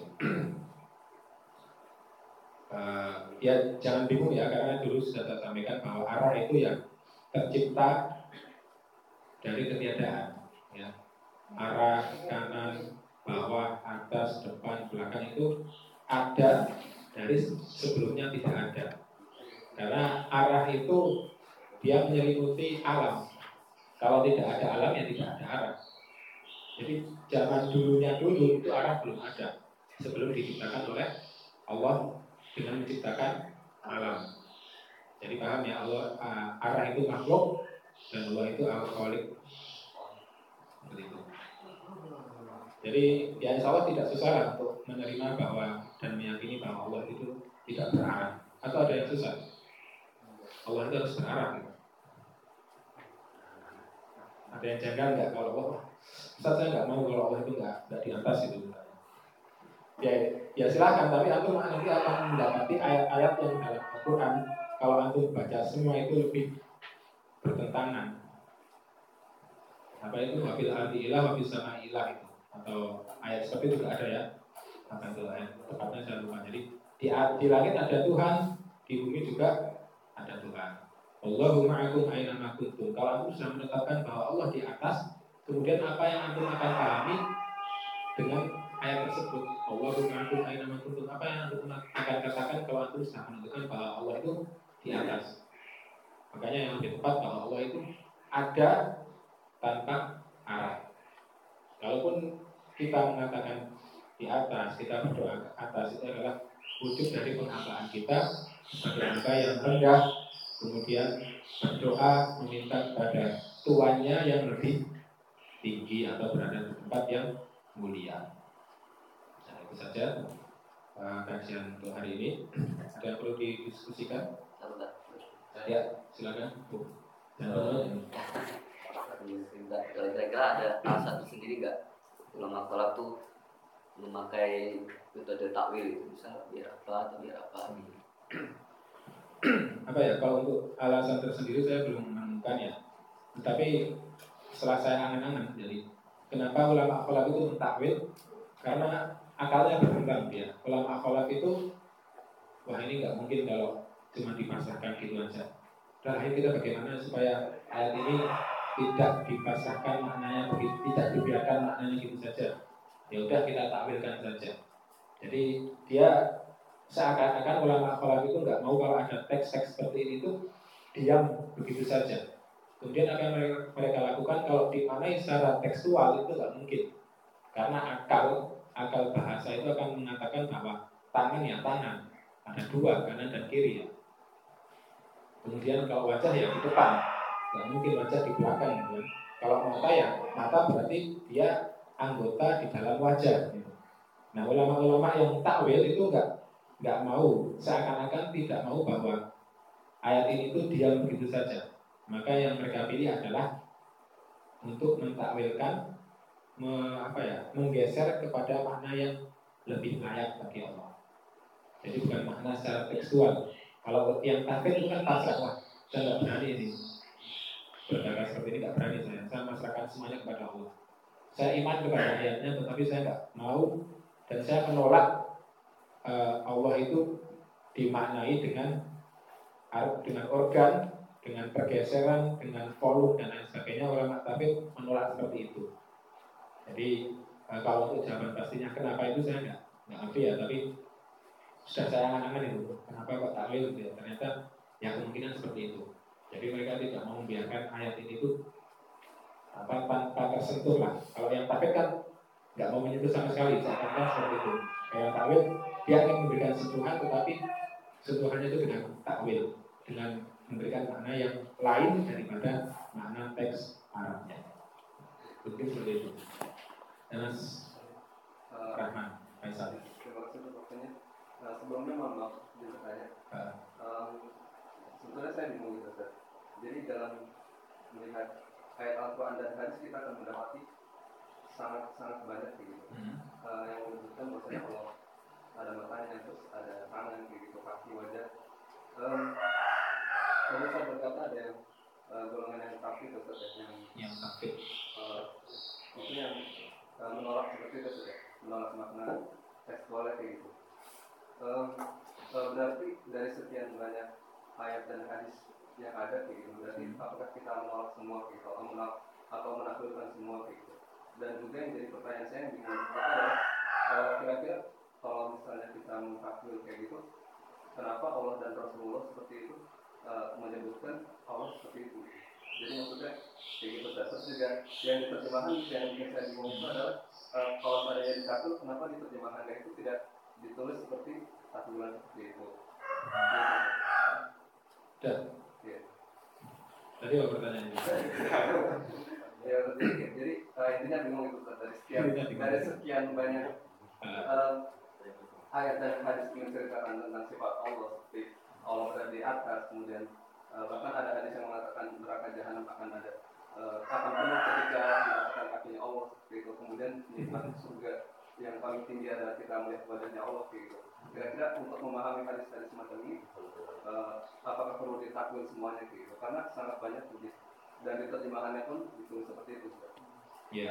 Uh, ya jangan bingung ya, karena dulu sudah saya sampaikan bahwa arah itu yang tercipta dari ketiadaan. Ya. Arah kanan, bawah, atas, depan, belakang itu ada dari sebelumnya tidak ada. Karena arah itu dia menyelimuti alam. Kalau tidak ada alam ya tidak ada arah. Jadi zaman dulunya dulu itu arah belum ada sebelum diciptakan oleh Allah dengan menciptakan alam. Jadi paham ya, Allah arah itu makhluk dan Allah itu al-khaliq. Begitu. Jadi ya insya Allah tidak susah lah untuk menerima bahwa dan meyakini bahwa Allah itu tidak berarah. Atau ada yang susah? Allah itu harus berarah gitu. Ada yang janggal nggak kalau Allah? Ustaz, saya nggak mau kalau Allah itu nggak nggak di atas itu. Ya, ya silakan. Tapi antum nanti akan mendapati ayat-ayat yang dalam Al-Quran kalau antum baca semua itu lebih bertentangan. Apa itu wabil ardi ilah wabil sama ilah itu, atau ayat seperti itu juga ada ya. Akan itu ayat tepatnya saya lupa. Jadi di, di langit ada Tuhan, di bumi juga ada Tuhan. Allahu ma'akum aina ma kuntum. Kalau antum sudah menetapkan bahwa Allah di atas, kemudian apa yang antum akan pahami dengan ayat tersebut? Allahu ma'akum aina ma kuntum. Apa yang antum akan katakan kalau antum sudah menentukan bahwa Allah itu di atas? Makanya yang lebih tepat bahwa Allah itu ada tanpa arah. Kalaupun kita mengatakan di atas, kita berdoa ke atas, itu adalah wujud dari penghambaan kita sebagai hamba yang rendah kemudian berdoa meminta kepada tuannya yang lebih tinggi atau berada di tempat yang mulia. Nah, itu saja uh, kajian untuk hari ini. Ada yang perlu didiskusikan? Ya, silakan Bu. Kira-kira ada alasan tersendiri nggak ulama khalaf tuh memakai metode takwil itu, bisa biar apa atau biar apa? Apa ya, kalau untuk alasan tersendiri saya belum menemukan ya. Tetapi setelah saya angan-angan, jadi kenapa ulama khalaf itu mentakwil? Karena akalnya berkembang dia. Ulama khalaf itu, wah ini nggak mungkin kalau cuma dipasrahkan gitu aja. Dan akhirnya kita bagaimana supaya ayat ini tidak dipasrahkan maknanya begitu, tidak dibiarkan maknanya gitu saja. Ya udah kita takwilkan saja. Jadi dia seakan-akan ulama khalaf itu nggak mau kalau ada teks-teks seperti ini itu diam begitu saja. Kemudian apa yang mereka lakukan kalau dimaknai secara tekstual itu nggak mungkin, karena akal akal bahasa itu akan mengatakan bahwa tangan ya tangan ada dua, kanan dan kiri ya. Kemudian kalau wajah ya di depan, nggak mungkin wajah di belakang ya. Kalau mata ya mata berarti dia anggota di dalam wajah. Gitu. Nah ulama-ulama yang takwil itu nggak nggak mau, seakan-akan tidak mau bahwa ayat ini itu diam begitu saja. Maka yang mereka pilih adalah untuk mentakwilkan, me, apa ya, menggeser kepada makna yang lebih layak bagi Allah. Jadi bukan makna secara tekstual. Kalau yang takwil itu kan pasrah, wah saya nggak berani ini berkata seperti ini, nggak berani saya. Saya masrahkan semuanya kepada Allah. Saya iman kepada ayatnya, tetapi saya nggak mau dan saya menolak uh, Allah itu dimaknai dengan dengan organ, dengan pergeseran, dengan volume dan lain sebagainya. Ulama takwil menolak seperti itu. Jadi uh, kalau untuk jawaban pastinya kenapa itu saya nggak nggak ngerti ya, tapi sudah saya angan-angan itu. Kenapa kok takwil gitu ya? Ternyata ya kemungkinan seperti itu. Jadi mereka tidak mau membiarkan ayat ini itu apa tanpa tersentuh lah. Kalau yang takwil kan nggak mau menyentuh sama sekali, seakan-akan seperti itu. Kayak takwil dia ingin memberikan sentuhan, tetapi sentuhannya itu dengan takwil, dengan memberikan makna yang lain daripada makna teks Arabnya. Mungkin seperti itu. Dan Mas uh, Rahman, Faisal. Terima kasih untuk waktunya. Nah, sebelumnya mohon maaf bisa tanya. Uh. Um, sebetulnya saya bingung gitu, Ustaz. Jadi dalam melihat ayat Al-Quran dan hadis kita akan mendapati sangat-sangat banyak gitu. Hmm. Uh, yang menunjukkan bahwa Allah ada matanya, terus ada tangan, gitu, kaki, wajah. Um, Kalau saya berkata ada yang uh, golongan yang kafir, Ustaz, yang yang kafir. Uh, itu yang uh, menolak seperti itu, Ustaz, menolak makna tekstualnya kayak gitu. Um, uh, berarti dari sekian banyak ayat dan hadis yang ada kayak gitu, berarti hmm. apakah kita menolak semua gitu, atau menolak atau menaklukkan semua kayak gitu? Dan juga yang jadi pertanyaan saya yang bingung adalah uh, kira-kira kalau misalnya kita mentakwil kayak gitu, kenapa Allah dan Rasulullah seperti itu uh, menyebutkan Allah seperti itu? Jadi maksudnya kayak gitu. Terus juga yang diterjemahkan yang bikin saya bingung itu adalah uh, kalau ada yang ditakwil, kenapa diterjemahkannya itu tidak ditulis seperti takwilan seperti itu? Dan ya. Tadi apa pertanyaannya? Ya, jadi, jadi uh, intinya bingung itu dari sekian dari sekian banyak uh, ayat dan hadis menceritakan tentang sifat Allah seperti Allah berada di atas, kemudian uh, bahkan ada hadis yang mengatakan neraka jahanam akan ada uh, akan penuh ketika dirasakan kakinya Allah seperti itu, kemudian nikmat surga yang paling tinggi adalah kita melihat wajahnya Allah seperti itu. Kira-kira untuk memahami hadis-hadis semacam ini, uh, apakah perlu ditakwil semuanya gitu? Karena sangat banyak hadis dan diterjemahannya pun ditulis seperti itu. Ya.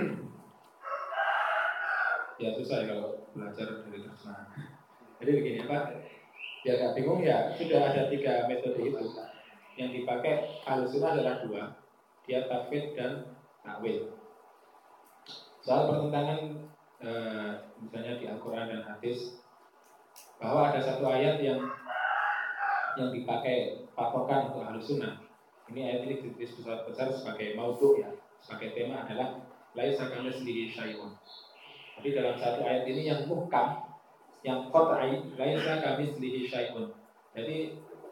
Ya susah ya kalau belajar dari terjemahan. Jadi begini apa? Ya nggak bingung ya. Sudah ada tiga metode itu. Yang dipakai Ahlussunnah adalah dua. Dia tafwid dan takwil. Soal pertentangan eh, misalnya di Al-Quran dan hadis, bahwa ada satu ayat yang yang dipakai patokan untuk Ahlussunnah. Ini ayat ini ditulis besar-besar sebagai maudhu ya, sebagai tema adalah laisa kamitslihi syai'un. Jadi dalam satu ayat ini yang muhkam, yang qat'i, laisa kamitslihi syai'un. Jadi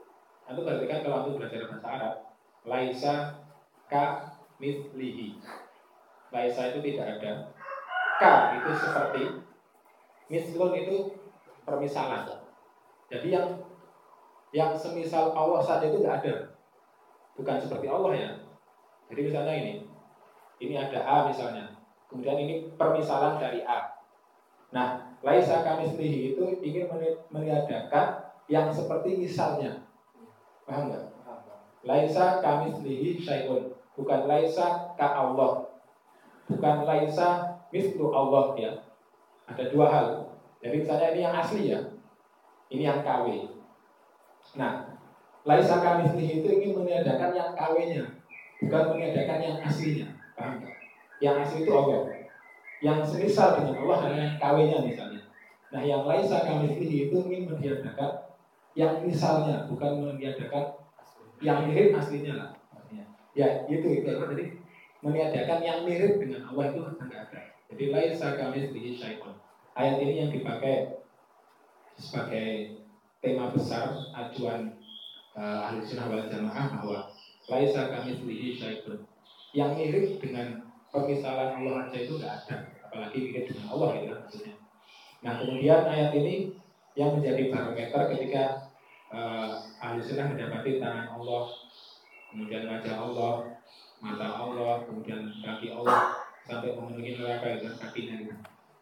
Antum perhatikan kalau antum belajar bahasa Arab, laisa ka mithlihi. Laisa itu tidak ada. Ka itu seperti, mislun itu permisalan. Jadi yang yang semisal Allah saja itu tidak ada. Bukan seperti Allah ya. Jadi misalnya ini, ini ada A misalnya. Kemudian ini permisalan dari A. Nah, laisa ka mithlihi itu ingin meniadakan yang seperti misalnya. Paham nggak? Laisa ka mithlihi syai'un. Bukan laisa ka Allah. Bukan laisa mithlu Allah ya. Ada dua hal. Jadi misalnya ini yang asli ya. Ini yang K W. Nah, laisa ka mithlihi itu ingin meniadakan yang K W-nya, bukan meniadakan yang aslinya. Paham nggak? Yang asli itu Allah. Yang semisal dengan Allah hanya yang K W-nya misalnya. Nah, yang laisa ka mithlihi itu ingin meniadakan yang misalnya, bukan meniadakan yang mirip aslinya lah. Ya, itu itu. Jadi meniadakan yang mirip dengan Allah itu tidak ada. Jadi laisa ka mithlihi syai'un. Ayat ini yang dipakai sebagai tema besar acuan uh, Ahli Sunnah wal Jamaah bahwa laisa ka mithlihi syai'un. Yang mirip dengan permisalan Allah aja itu tidak ada, apalagi mirip dengan Allah gitu kan maksudnya. Nah, kemudian ayat ini yang menjadi barometer ketika uh, Ahli Sunnah mendapati tangan Allah, kemudian wajah Allah, mata Allah, kemudian kaki Allah sampai memenuhi neraka dan kakinya gitu.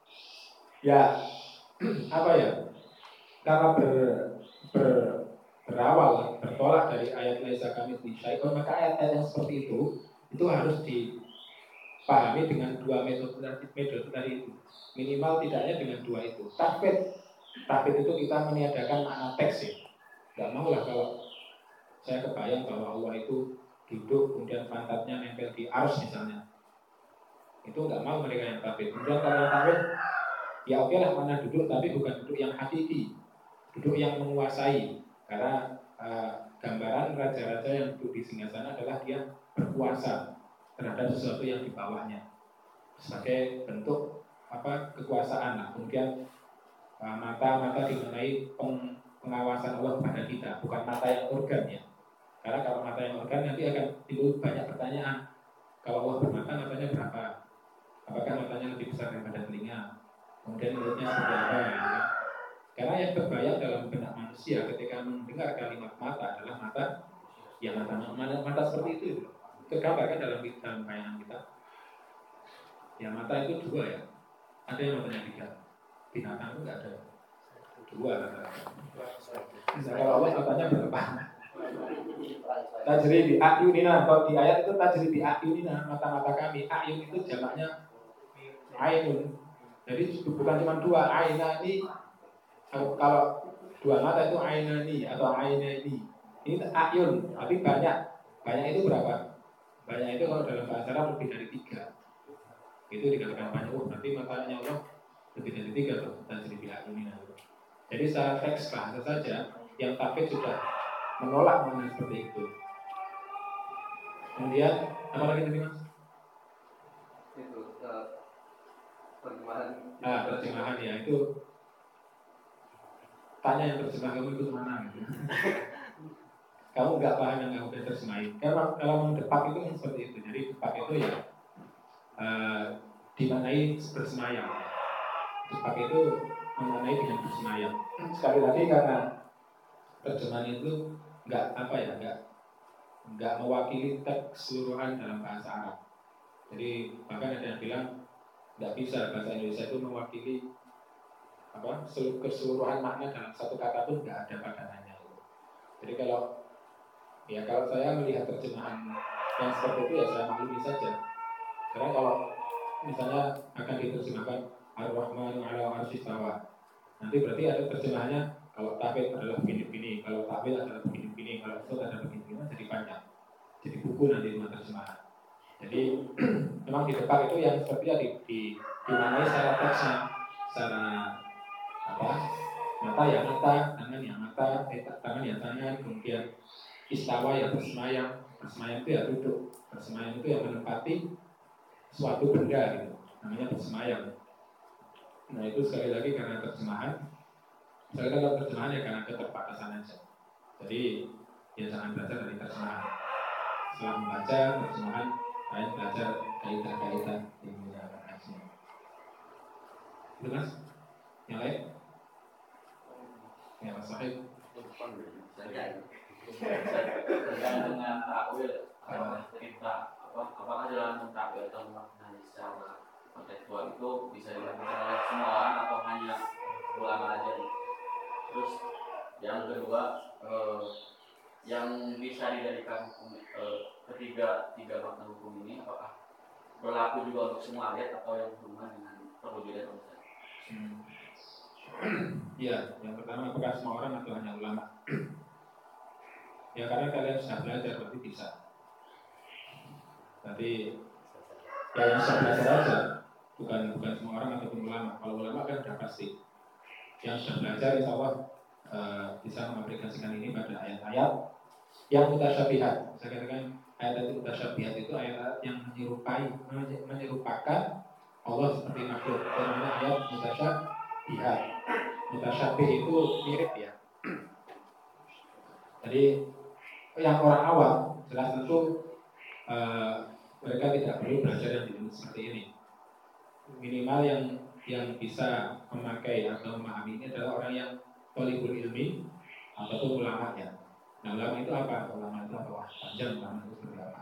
Ya, apa ya? Karena ber, ber, berawal bertolak dari ayat laisa ka mithlihi syai'un, maka ayat-ayat yang seperti itu itu harus dipahami dengan dua metode metode tadi itu. Minimal tidaknya dengan dua itu. Tafwid, tafwid itu kita meniadakan makna teks ya. Gak mau lah kalau saya kebayang bahwa Allah itu duduk kemudian pantatnya nempel di arsy misalnya. Itu nggak mau mereka yang tafwid. Kemudian kalau yang tafwid, ya oke lah mana duduk, tapi bukan duduk yang hakiki, duduk yang menguasai. Karena uh, gambaran raja-raja yang duduk di singgasana adalah dia berkuasa terhadap sesuatu yang di bawahnya sebagai bentuk apa kekuasaan lah. Kemudian uh, mata-mata dimenai peng, pengawasan Allah kepada kita, bukan mata yang organ ya. Karena kalau mata yang organ nanti akan timbul banyak pertanyaan. Kalau Allah bermata, matanya berapa? Apakah matanya lebih besar daripada telinga? Kemudian mulutnya seperti apa? Ya? Karena yang terbayang dalam benak manusia ketika mendengar kalimat mata adalah mata, ya mata mata, mata seperti itu. Tergambarkan dalam dalam bayangan kita. Ya mata itu dua ya. Ada yang matanya tiga. Binatang itu nggak ada. Dua. Nah, kalau Allah matanya berapa? Tajri bi ayunina. Kalau di ayat itu tajri bi ayunina, mata-mata kami. Ayun itu jamaknya ainun. Jadi bukan cuma dua, ainani. Kalau dua mata itu ainani atau ainani. Ini ayun, tapi banyak. Banyak itu berapa? Banyak itu kalau dalam bahasa Arab lebih dari tiga. Itu dikatakan banyak. Oh, berarti matanya Allah lebih dari tiga tuh. Tajri bi ayunina. Jadi secara teks bahasa saja, yang tafsir sudah menolak makna seperti itu. Kemudian apa lagi tadi mas? Itu uh, terjemahan. Ah, terjemahan ya itu. Tanya yang terjemah kamu itu mana gitu. Kamu nggak paham yang kamu udah terjemahin. Karena kalau mendepak itu kan seperti itu. Jadi depak itu ya uh, dimaknai bersemayam. Depak itu memaknai dengan bersemayam. Sekali lagi karena terjemahan itu nggak apa ya nggak nggak mewakili teks keseluruhan dalam bahasa Arab. Jadi bahkan ada yang bilang nggak bisa bahasa Indonesia itu mewakili apa keseluruhan makna dalam satu kata pun nggak ada padanannya. Jadi kalau ya kalau saya melihat terjemahan yang seperti itu ya saya maklumi saja. Karena kalau misalnya akan diterjemahkan Ar-Rahmanu 'ala 'arsy istawa, nanti berarti ada terjemahannya. Kalau tafsir adalah begini-begini, kalau takwil adalah begini-begini, kalau itu adalah begini-begini, jadi panjang. Jadi buku nanti cuma terjemahan. Jadi memang di depan itu yang seperti di, di dimaknai secara teksnya, secara apa? Mata ya mata, tangan ya mata, eh, tangan ya tangan, kemudian istawa ya bersemayam, bersemayam itu ya duduk, bersemayam itu yang menempati suatu benda gitu, namanya bersemayam. Nah itu sekali lagi karena terjemahan. Saya kalau terjemahan ya karena keterbatasan aja. Jadi ya jangan belajar dari terjemahan. Setelah membaca terjemahan, kalian belajar kaidah-kaidah ilmunya hadisnya. Itu mas, yang lain? Ya mas Sahib. Terkait dengan takwil, kita apa apakah dalam takwil atau maknanya secara kontekstual itu bisa dilakukan oleh semua orang atau hanya ulama aja? Terus yang kedua, eh, yang bisa dijadikan hukum eh, ketiga tiga makna hukum ini apakah berlaku juga untuk semua ayat atau yang berhubungan dengan perwujudan manusia? Iya, yang pertama apakah semua orang atau hanya ulama? Ya karena kalian sudah belajar berarti bisa. Berarti ya yang sudah belajar aja, bukan bukan semua orang ataupun ulama. Kalau ulama kan sudah pasti. Yang sudah belajar insya Allah e, bisa mengaplikasikan ini pada ayat-ayat yang mutasyabihat. Saya katakan ayat-ayat mutasyabihat itu ayat yang menyerupai, menyerupakan Allah seperti makhluk. Namanya ayat mutasyabihat. Mutasyabih itu mirip ya. Jadi yang orang awam jelas tentu uh, mereka tidak perlu belajar yang jenis seperti ini. Minimal yang yang bisa memakai atau memahami ini adalah orang yang thalibul ilmi ataupun ulama ya. Nah ulama itu apa? Ulama itu apa? Wah panjang ulama itu seperti apa?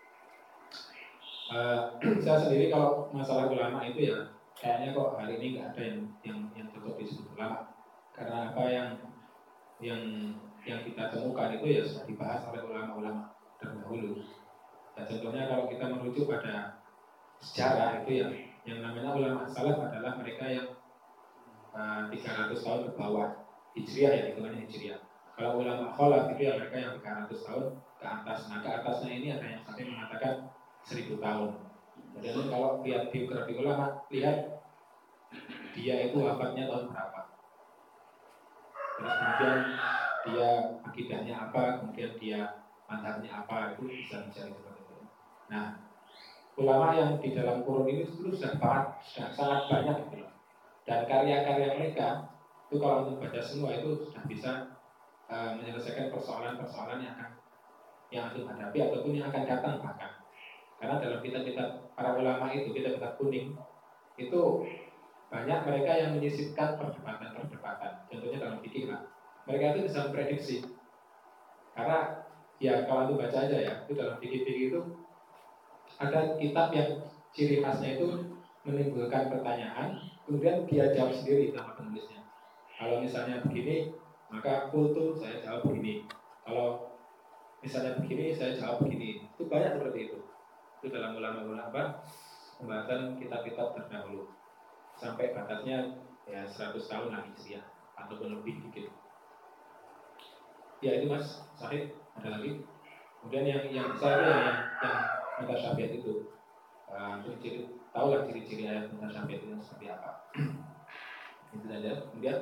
Uh, saya sendiri kalau masalah ulama itu ya kayaknya kok hari ini nggak ada yang yang yang cocok disebut ulama. Karena apa yang yang yang kita temukan itu ya sudah dibahas oleh ulama-ulama terdahulu. Dan contohnya kalau kita merujuk pada sejarah itu ya, yang namanya ulama salaf adalah mereka yang uh, tiga ratus tahun ke bawah hijriah ya, hitungannya hijriah. Kalau ulama khalaf itu ya mereka yang tiga ratus tahun ke atas. Nah ke atasnya ini ada yang sampai mengatakan seribu tahun. Jadi kalau lihat biografi ulama, lihat dia itu wafatnya tahun berapa. Terus kemudian dia akidahnya apa, kemudian dia mazhabnya apa, itu bisa dicari seperti itu. Nah, ulama yang di dalam kurun ini itu sudah banget, sudah sangat banyak gitu loh. Dan karya-karya mereka itu kalau untuk baca semua itu sudah bisa uh, menyelesaikan persoalan-persoalan yang akan yang akan hadapi ataupun yang akan datang bahkan. Karena dalam kitab-kitab para ulama itu, kitab-kitab kuning itu banyak mereka yang menyisipkan perdebatan-perdebatan. Contohnya dalam fikih lah. Mereka itu bisa memprediksi. Karena ya kalau itu baca aja ya, itu dalam fikih-fikih itu ada kitab yang ciri khasnya itu menimbulkan pertanyaan, kemudian dia jawab sendiri sama penulisnya. Kalau misalnya begini, maka kultu saya jawab begini. Kalau misalnya begini, saya jawab begini. Itu banyak seperti itu. Itu dalam ulama-ulama pembahasan kitab-kitab terdahulu. Sampai batasnya ya seratus tahun lagi sih ya, ataupun lebih dikit. Ya itu mas Sahid, ada lagi. Kemudian yang yang besar itu yang yang mutasyabihat itu. Uh, ciri-ciri, tahulah ciri-ciri ayat mutasyabihat itu seperti apa. Itu saja. Kemudian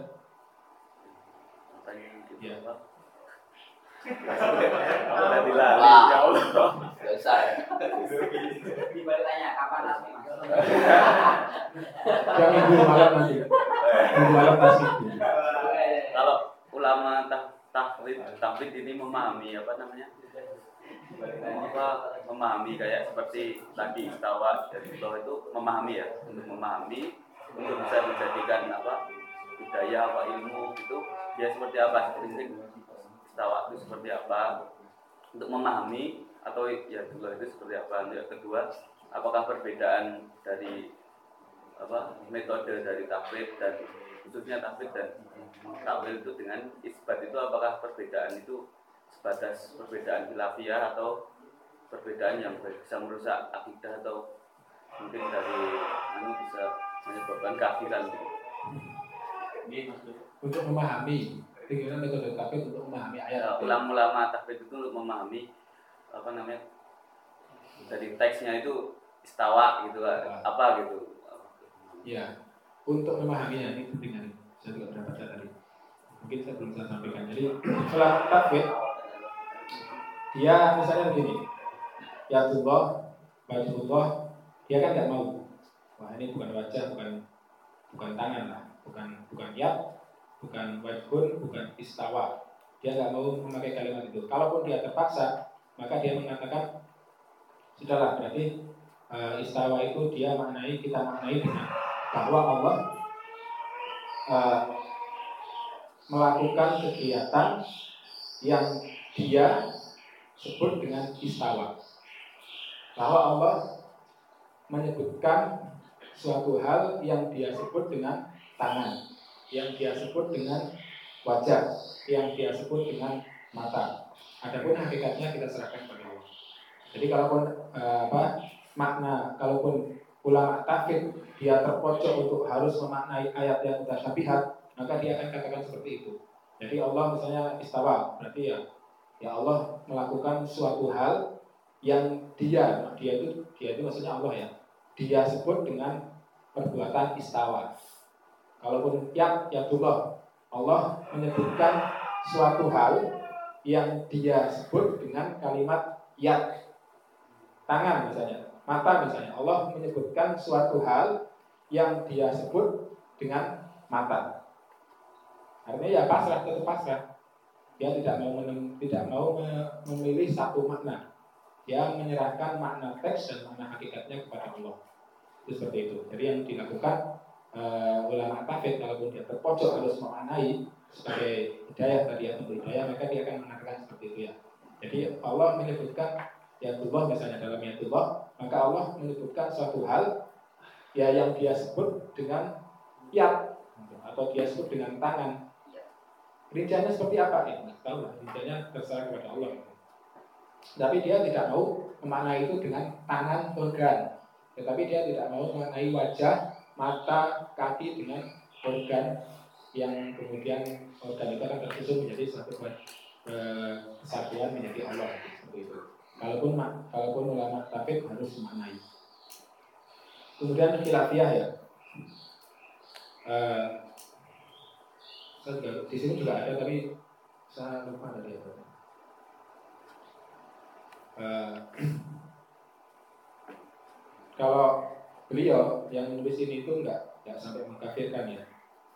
ya. Kalau tadi lari, ya Allah. Gak usah ya. Dibalik tanya kapan asmi mas? Yang minggu malam nanti. Minggu malam pasti. Kalau ulama taklid taklid ini memahami apa namanya? Apa memahami kayak seperti tadi istawa dari bawah itu memahami ya, untuk memahami untuk bisa menjadikan apa budaya apa ilmu itu dia seperti apa seperti istawa itu seperti apa untuk memahami atau ya kedua itu seperti apa. Yang kedua, apakah perbedaan dari apa metode dari taklid dan khususnya taklid dan takwil itu dengan isbat itu apakah perbedaan itu sebatas perbedaan khilafiyah atau perbedaan yang bisa merusak akidah atau mungkin dari anu bisa menyebabkan kafiran gitu. Untuk memahami bagaimana metode taklid untuk memahami ayat. Ya, ulama-ulama taklid itu untuk memahami apa namanya dari teksnya itu istawa gitu apa gitu. Ya, untuk memahaminya ini penting. Saya juga pernah baca tadi. Mungkin saya belum bisa sampaikan. Jadi ulama taklid dia misalnya begini, ya Allah, wajhullah, dia kan nggak mau. Wah ini bukan wajah, bukan bukan tangan lah, bukan bukan yad, bukan wajhun, bukan istawa. dia nggak mau memakai kalimat itu. Kalaupun dia terpaksa, maka dia mengatakan sudahlah, berarti uh, istawa itu dia maknai, kita maknai dengan bahwa Allah uh, melakukan kegiatan yang dia sebut dengan istawa. Bahwa Allah menyebutkan suatu hal yang dia sebut dengan tangan, yang dia sebut dengan wajah, yang dia sebut dengan mata. Adapun hakikatnya kita serahkan kepada Allah. Jadi kalaupun eh, apa makna, kalaupun ulama takwil dia terpojok untuk harus memaknai ayat yang mutasyabihat, maka dia akan katakan seperti itu. Jadi Allah misalnya istawa, berarti ya ya Allah melakukan suatu hal yang dia dia itu dia itu maksudnya Allah ya, dia sebut dengan perbuatan istawa. Kalaupun ya ya Allah, Allah menyebutkan suatu hal yang dia sebut dengan kalimat yad. Tangan misalnya, mata misalnya, Allah menyebutkan suatu hal yang dia sebut dengan mata. Artinya ya pasrah, tetap pasrah. Dia tidak mau menem, tidak mau memilih satu makna. Dia menyerahkan makna teks dan makna hakikatnya kepada Allah. Itu seperti itu. Jadi yang dilakukan uh, ulama tafsir, kalaupun dia terpojok harus memaknai sebagai hidayah tadi atau hidayah, maka dia akan mengatakan seperti itu ya. Jadi Allah menyebutkan yatullah misalnya dalam yatullah, maka Allah menyebutkan suatu hal ya yang dia sebut dengan yad atau dia sebut dengan tangan. Rinciannya seperti apa ya? Nggak tahu lah. Rinciannya terserah kepada Allah. Tapi dia tidak mau memaknai itu dengan tangan organ. Tetapi dia tidak mau memaknai wajah, mata, kaki dengan organ yang kemudian organ itu akan tersusun menjadi suatu kesatuan menjadi Allah seperti itu. Kalaupun kalaupun ulama tafsir harus memaknai. Kemudian khilafiyah ya. Uh, di sini juga ada tapi saya lupa tadi apa. Uh, kalau beliau yang menulis ini itu enggak enggak sampai mengkafirkan ya.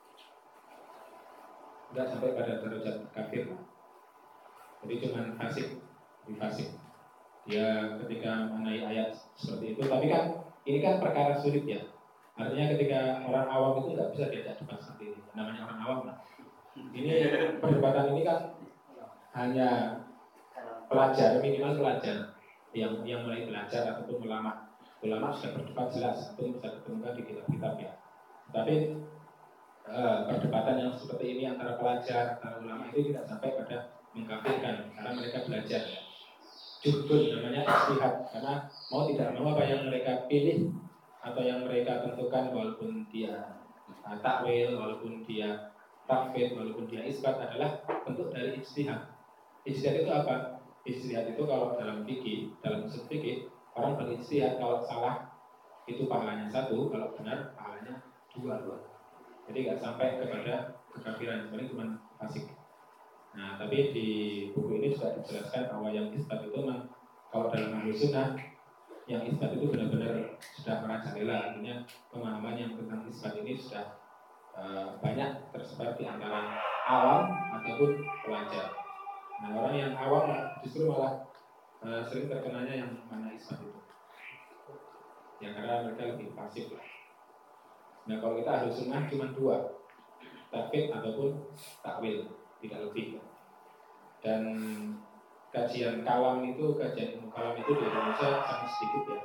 Enggak sampai pada derajat kafir. Jadi cuma fasik, fasik. Dia ketika mengenai ayat seperti itu, tapi kan ini kan perkara sulit ya. Artinya ketika orang awam itu nggak bisa diajak debat seperti ini. Namanya orang awam lah. Ini perdebatan ini kan hanya pelajar, minimal pelajar yang yang mulai belajar ataupun ulama. Ulama sudah berdebat jelas, itu bisa ditemukan di kitab-kitab ya. Tapi eh, perdebatan yang seperti ini antara pelajar, antara ulama itu tidak sampai pada mengkafirkan karena mereka belajar. Judul namanya ijtihad, karena mau tidak mau apa yang mereka pilih atau yang mereka tentukan, walaupun dia uh, takwil, walaupun dia takfir, walaupun dia isbat, adalah bentuk dari ijtihad. Ijtihad itu apa? Ijtihad itu kalau dalam fikih, dalam usul fikih, orang berijtihad, kalau salah itu pahalanya satu, kalau benar pahalanya dua dua. Jadi nggak sampai kepada kekafiran, sebenarnya cuma fasik. Nah, tapi di buku ini juga dijelaskan bahwa yang isbat itu memang kalau dalam ahli sunnah, yang isbat itu benar-benar sudah merajalela, artinya pemahaman yang tentang isbat ini sudah uh, banyak tersebar di antara awam ataupun pelajar. Nah, orang yang awam justru malah uh, sering terkenanya yang mana isbat itu, ya karena mereka lebih pasif lah. Nah, kalau kita ahli sunnah cuma dua, tafsir ataupun takwil, tidak lebih. Dan kajian kalam itu, kajian ilmu kalam itu di Indonesia sangat sedikit ya.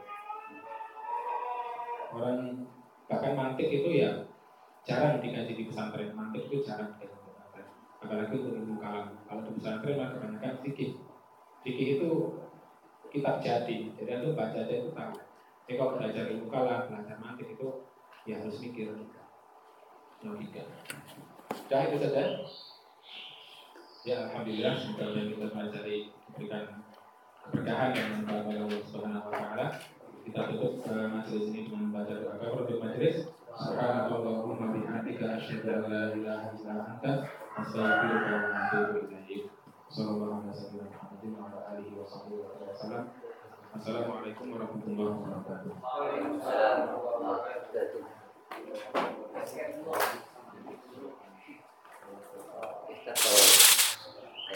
Orang bahkan mantik itu ya jarang dikaji di pesantren. Mantik itu jarang dikaji di pesantren, apalagi untuk ilmu kalam. Kalau di pesantren malah kebanyakan fikih. Fikih itu kitab jadi, jadi itu baca aja itu tahu. Jadi kalau belajar ilmu kalam, belajar mantik itu ya harus mikir juga, logika. Sudah itu saja. Ya, alhamdulillah, semoga yang kita pelajari diberikan keberkahan dan manfaat oleh Allah Subhanahu wa taala. Kita tutup uh, majelis ini dengan membaca doa kafaratul majelis. Subhanallahumma bihamdika asyhadu an la ilaha illa anta astaghfiruka wa atubu ilaik. Sallallahu alaihi wa alihi wa sahbihi wa sallam. Assalamualaikum warahmatullahi wabarakatuh. Waalaikumsalam warahmatullahi wabarakatuh.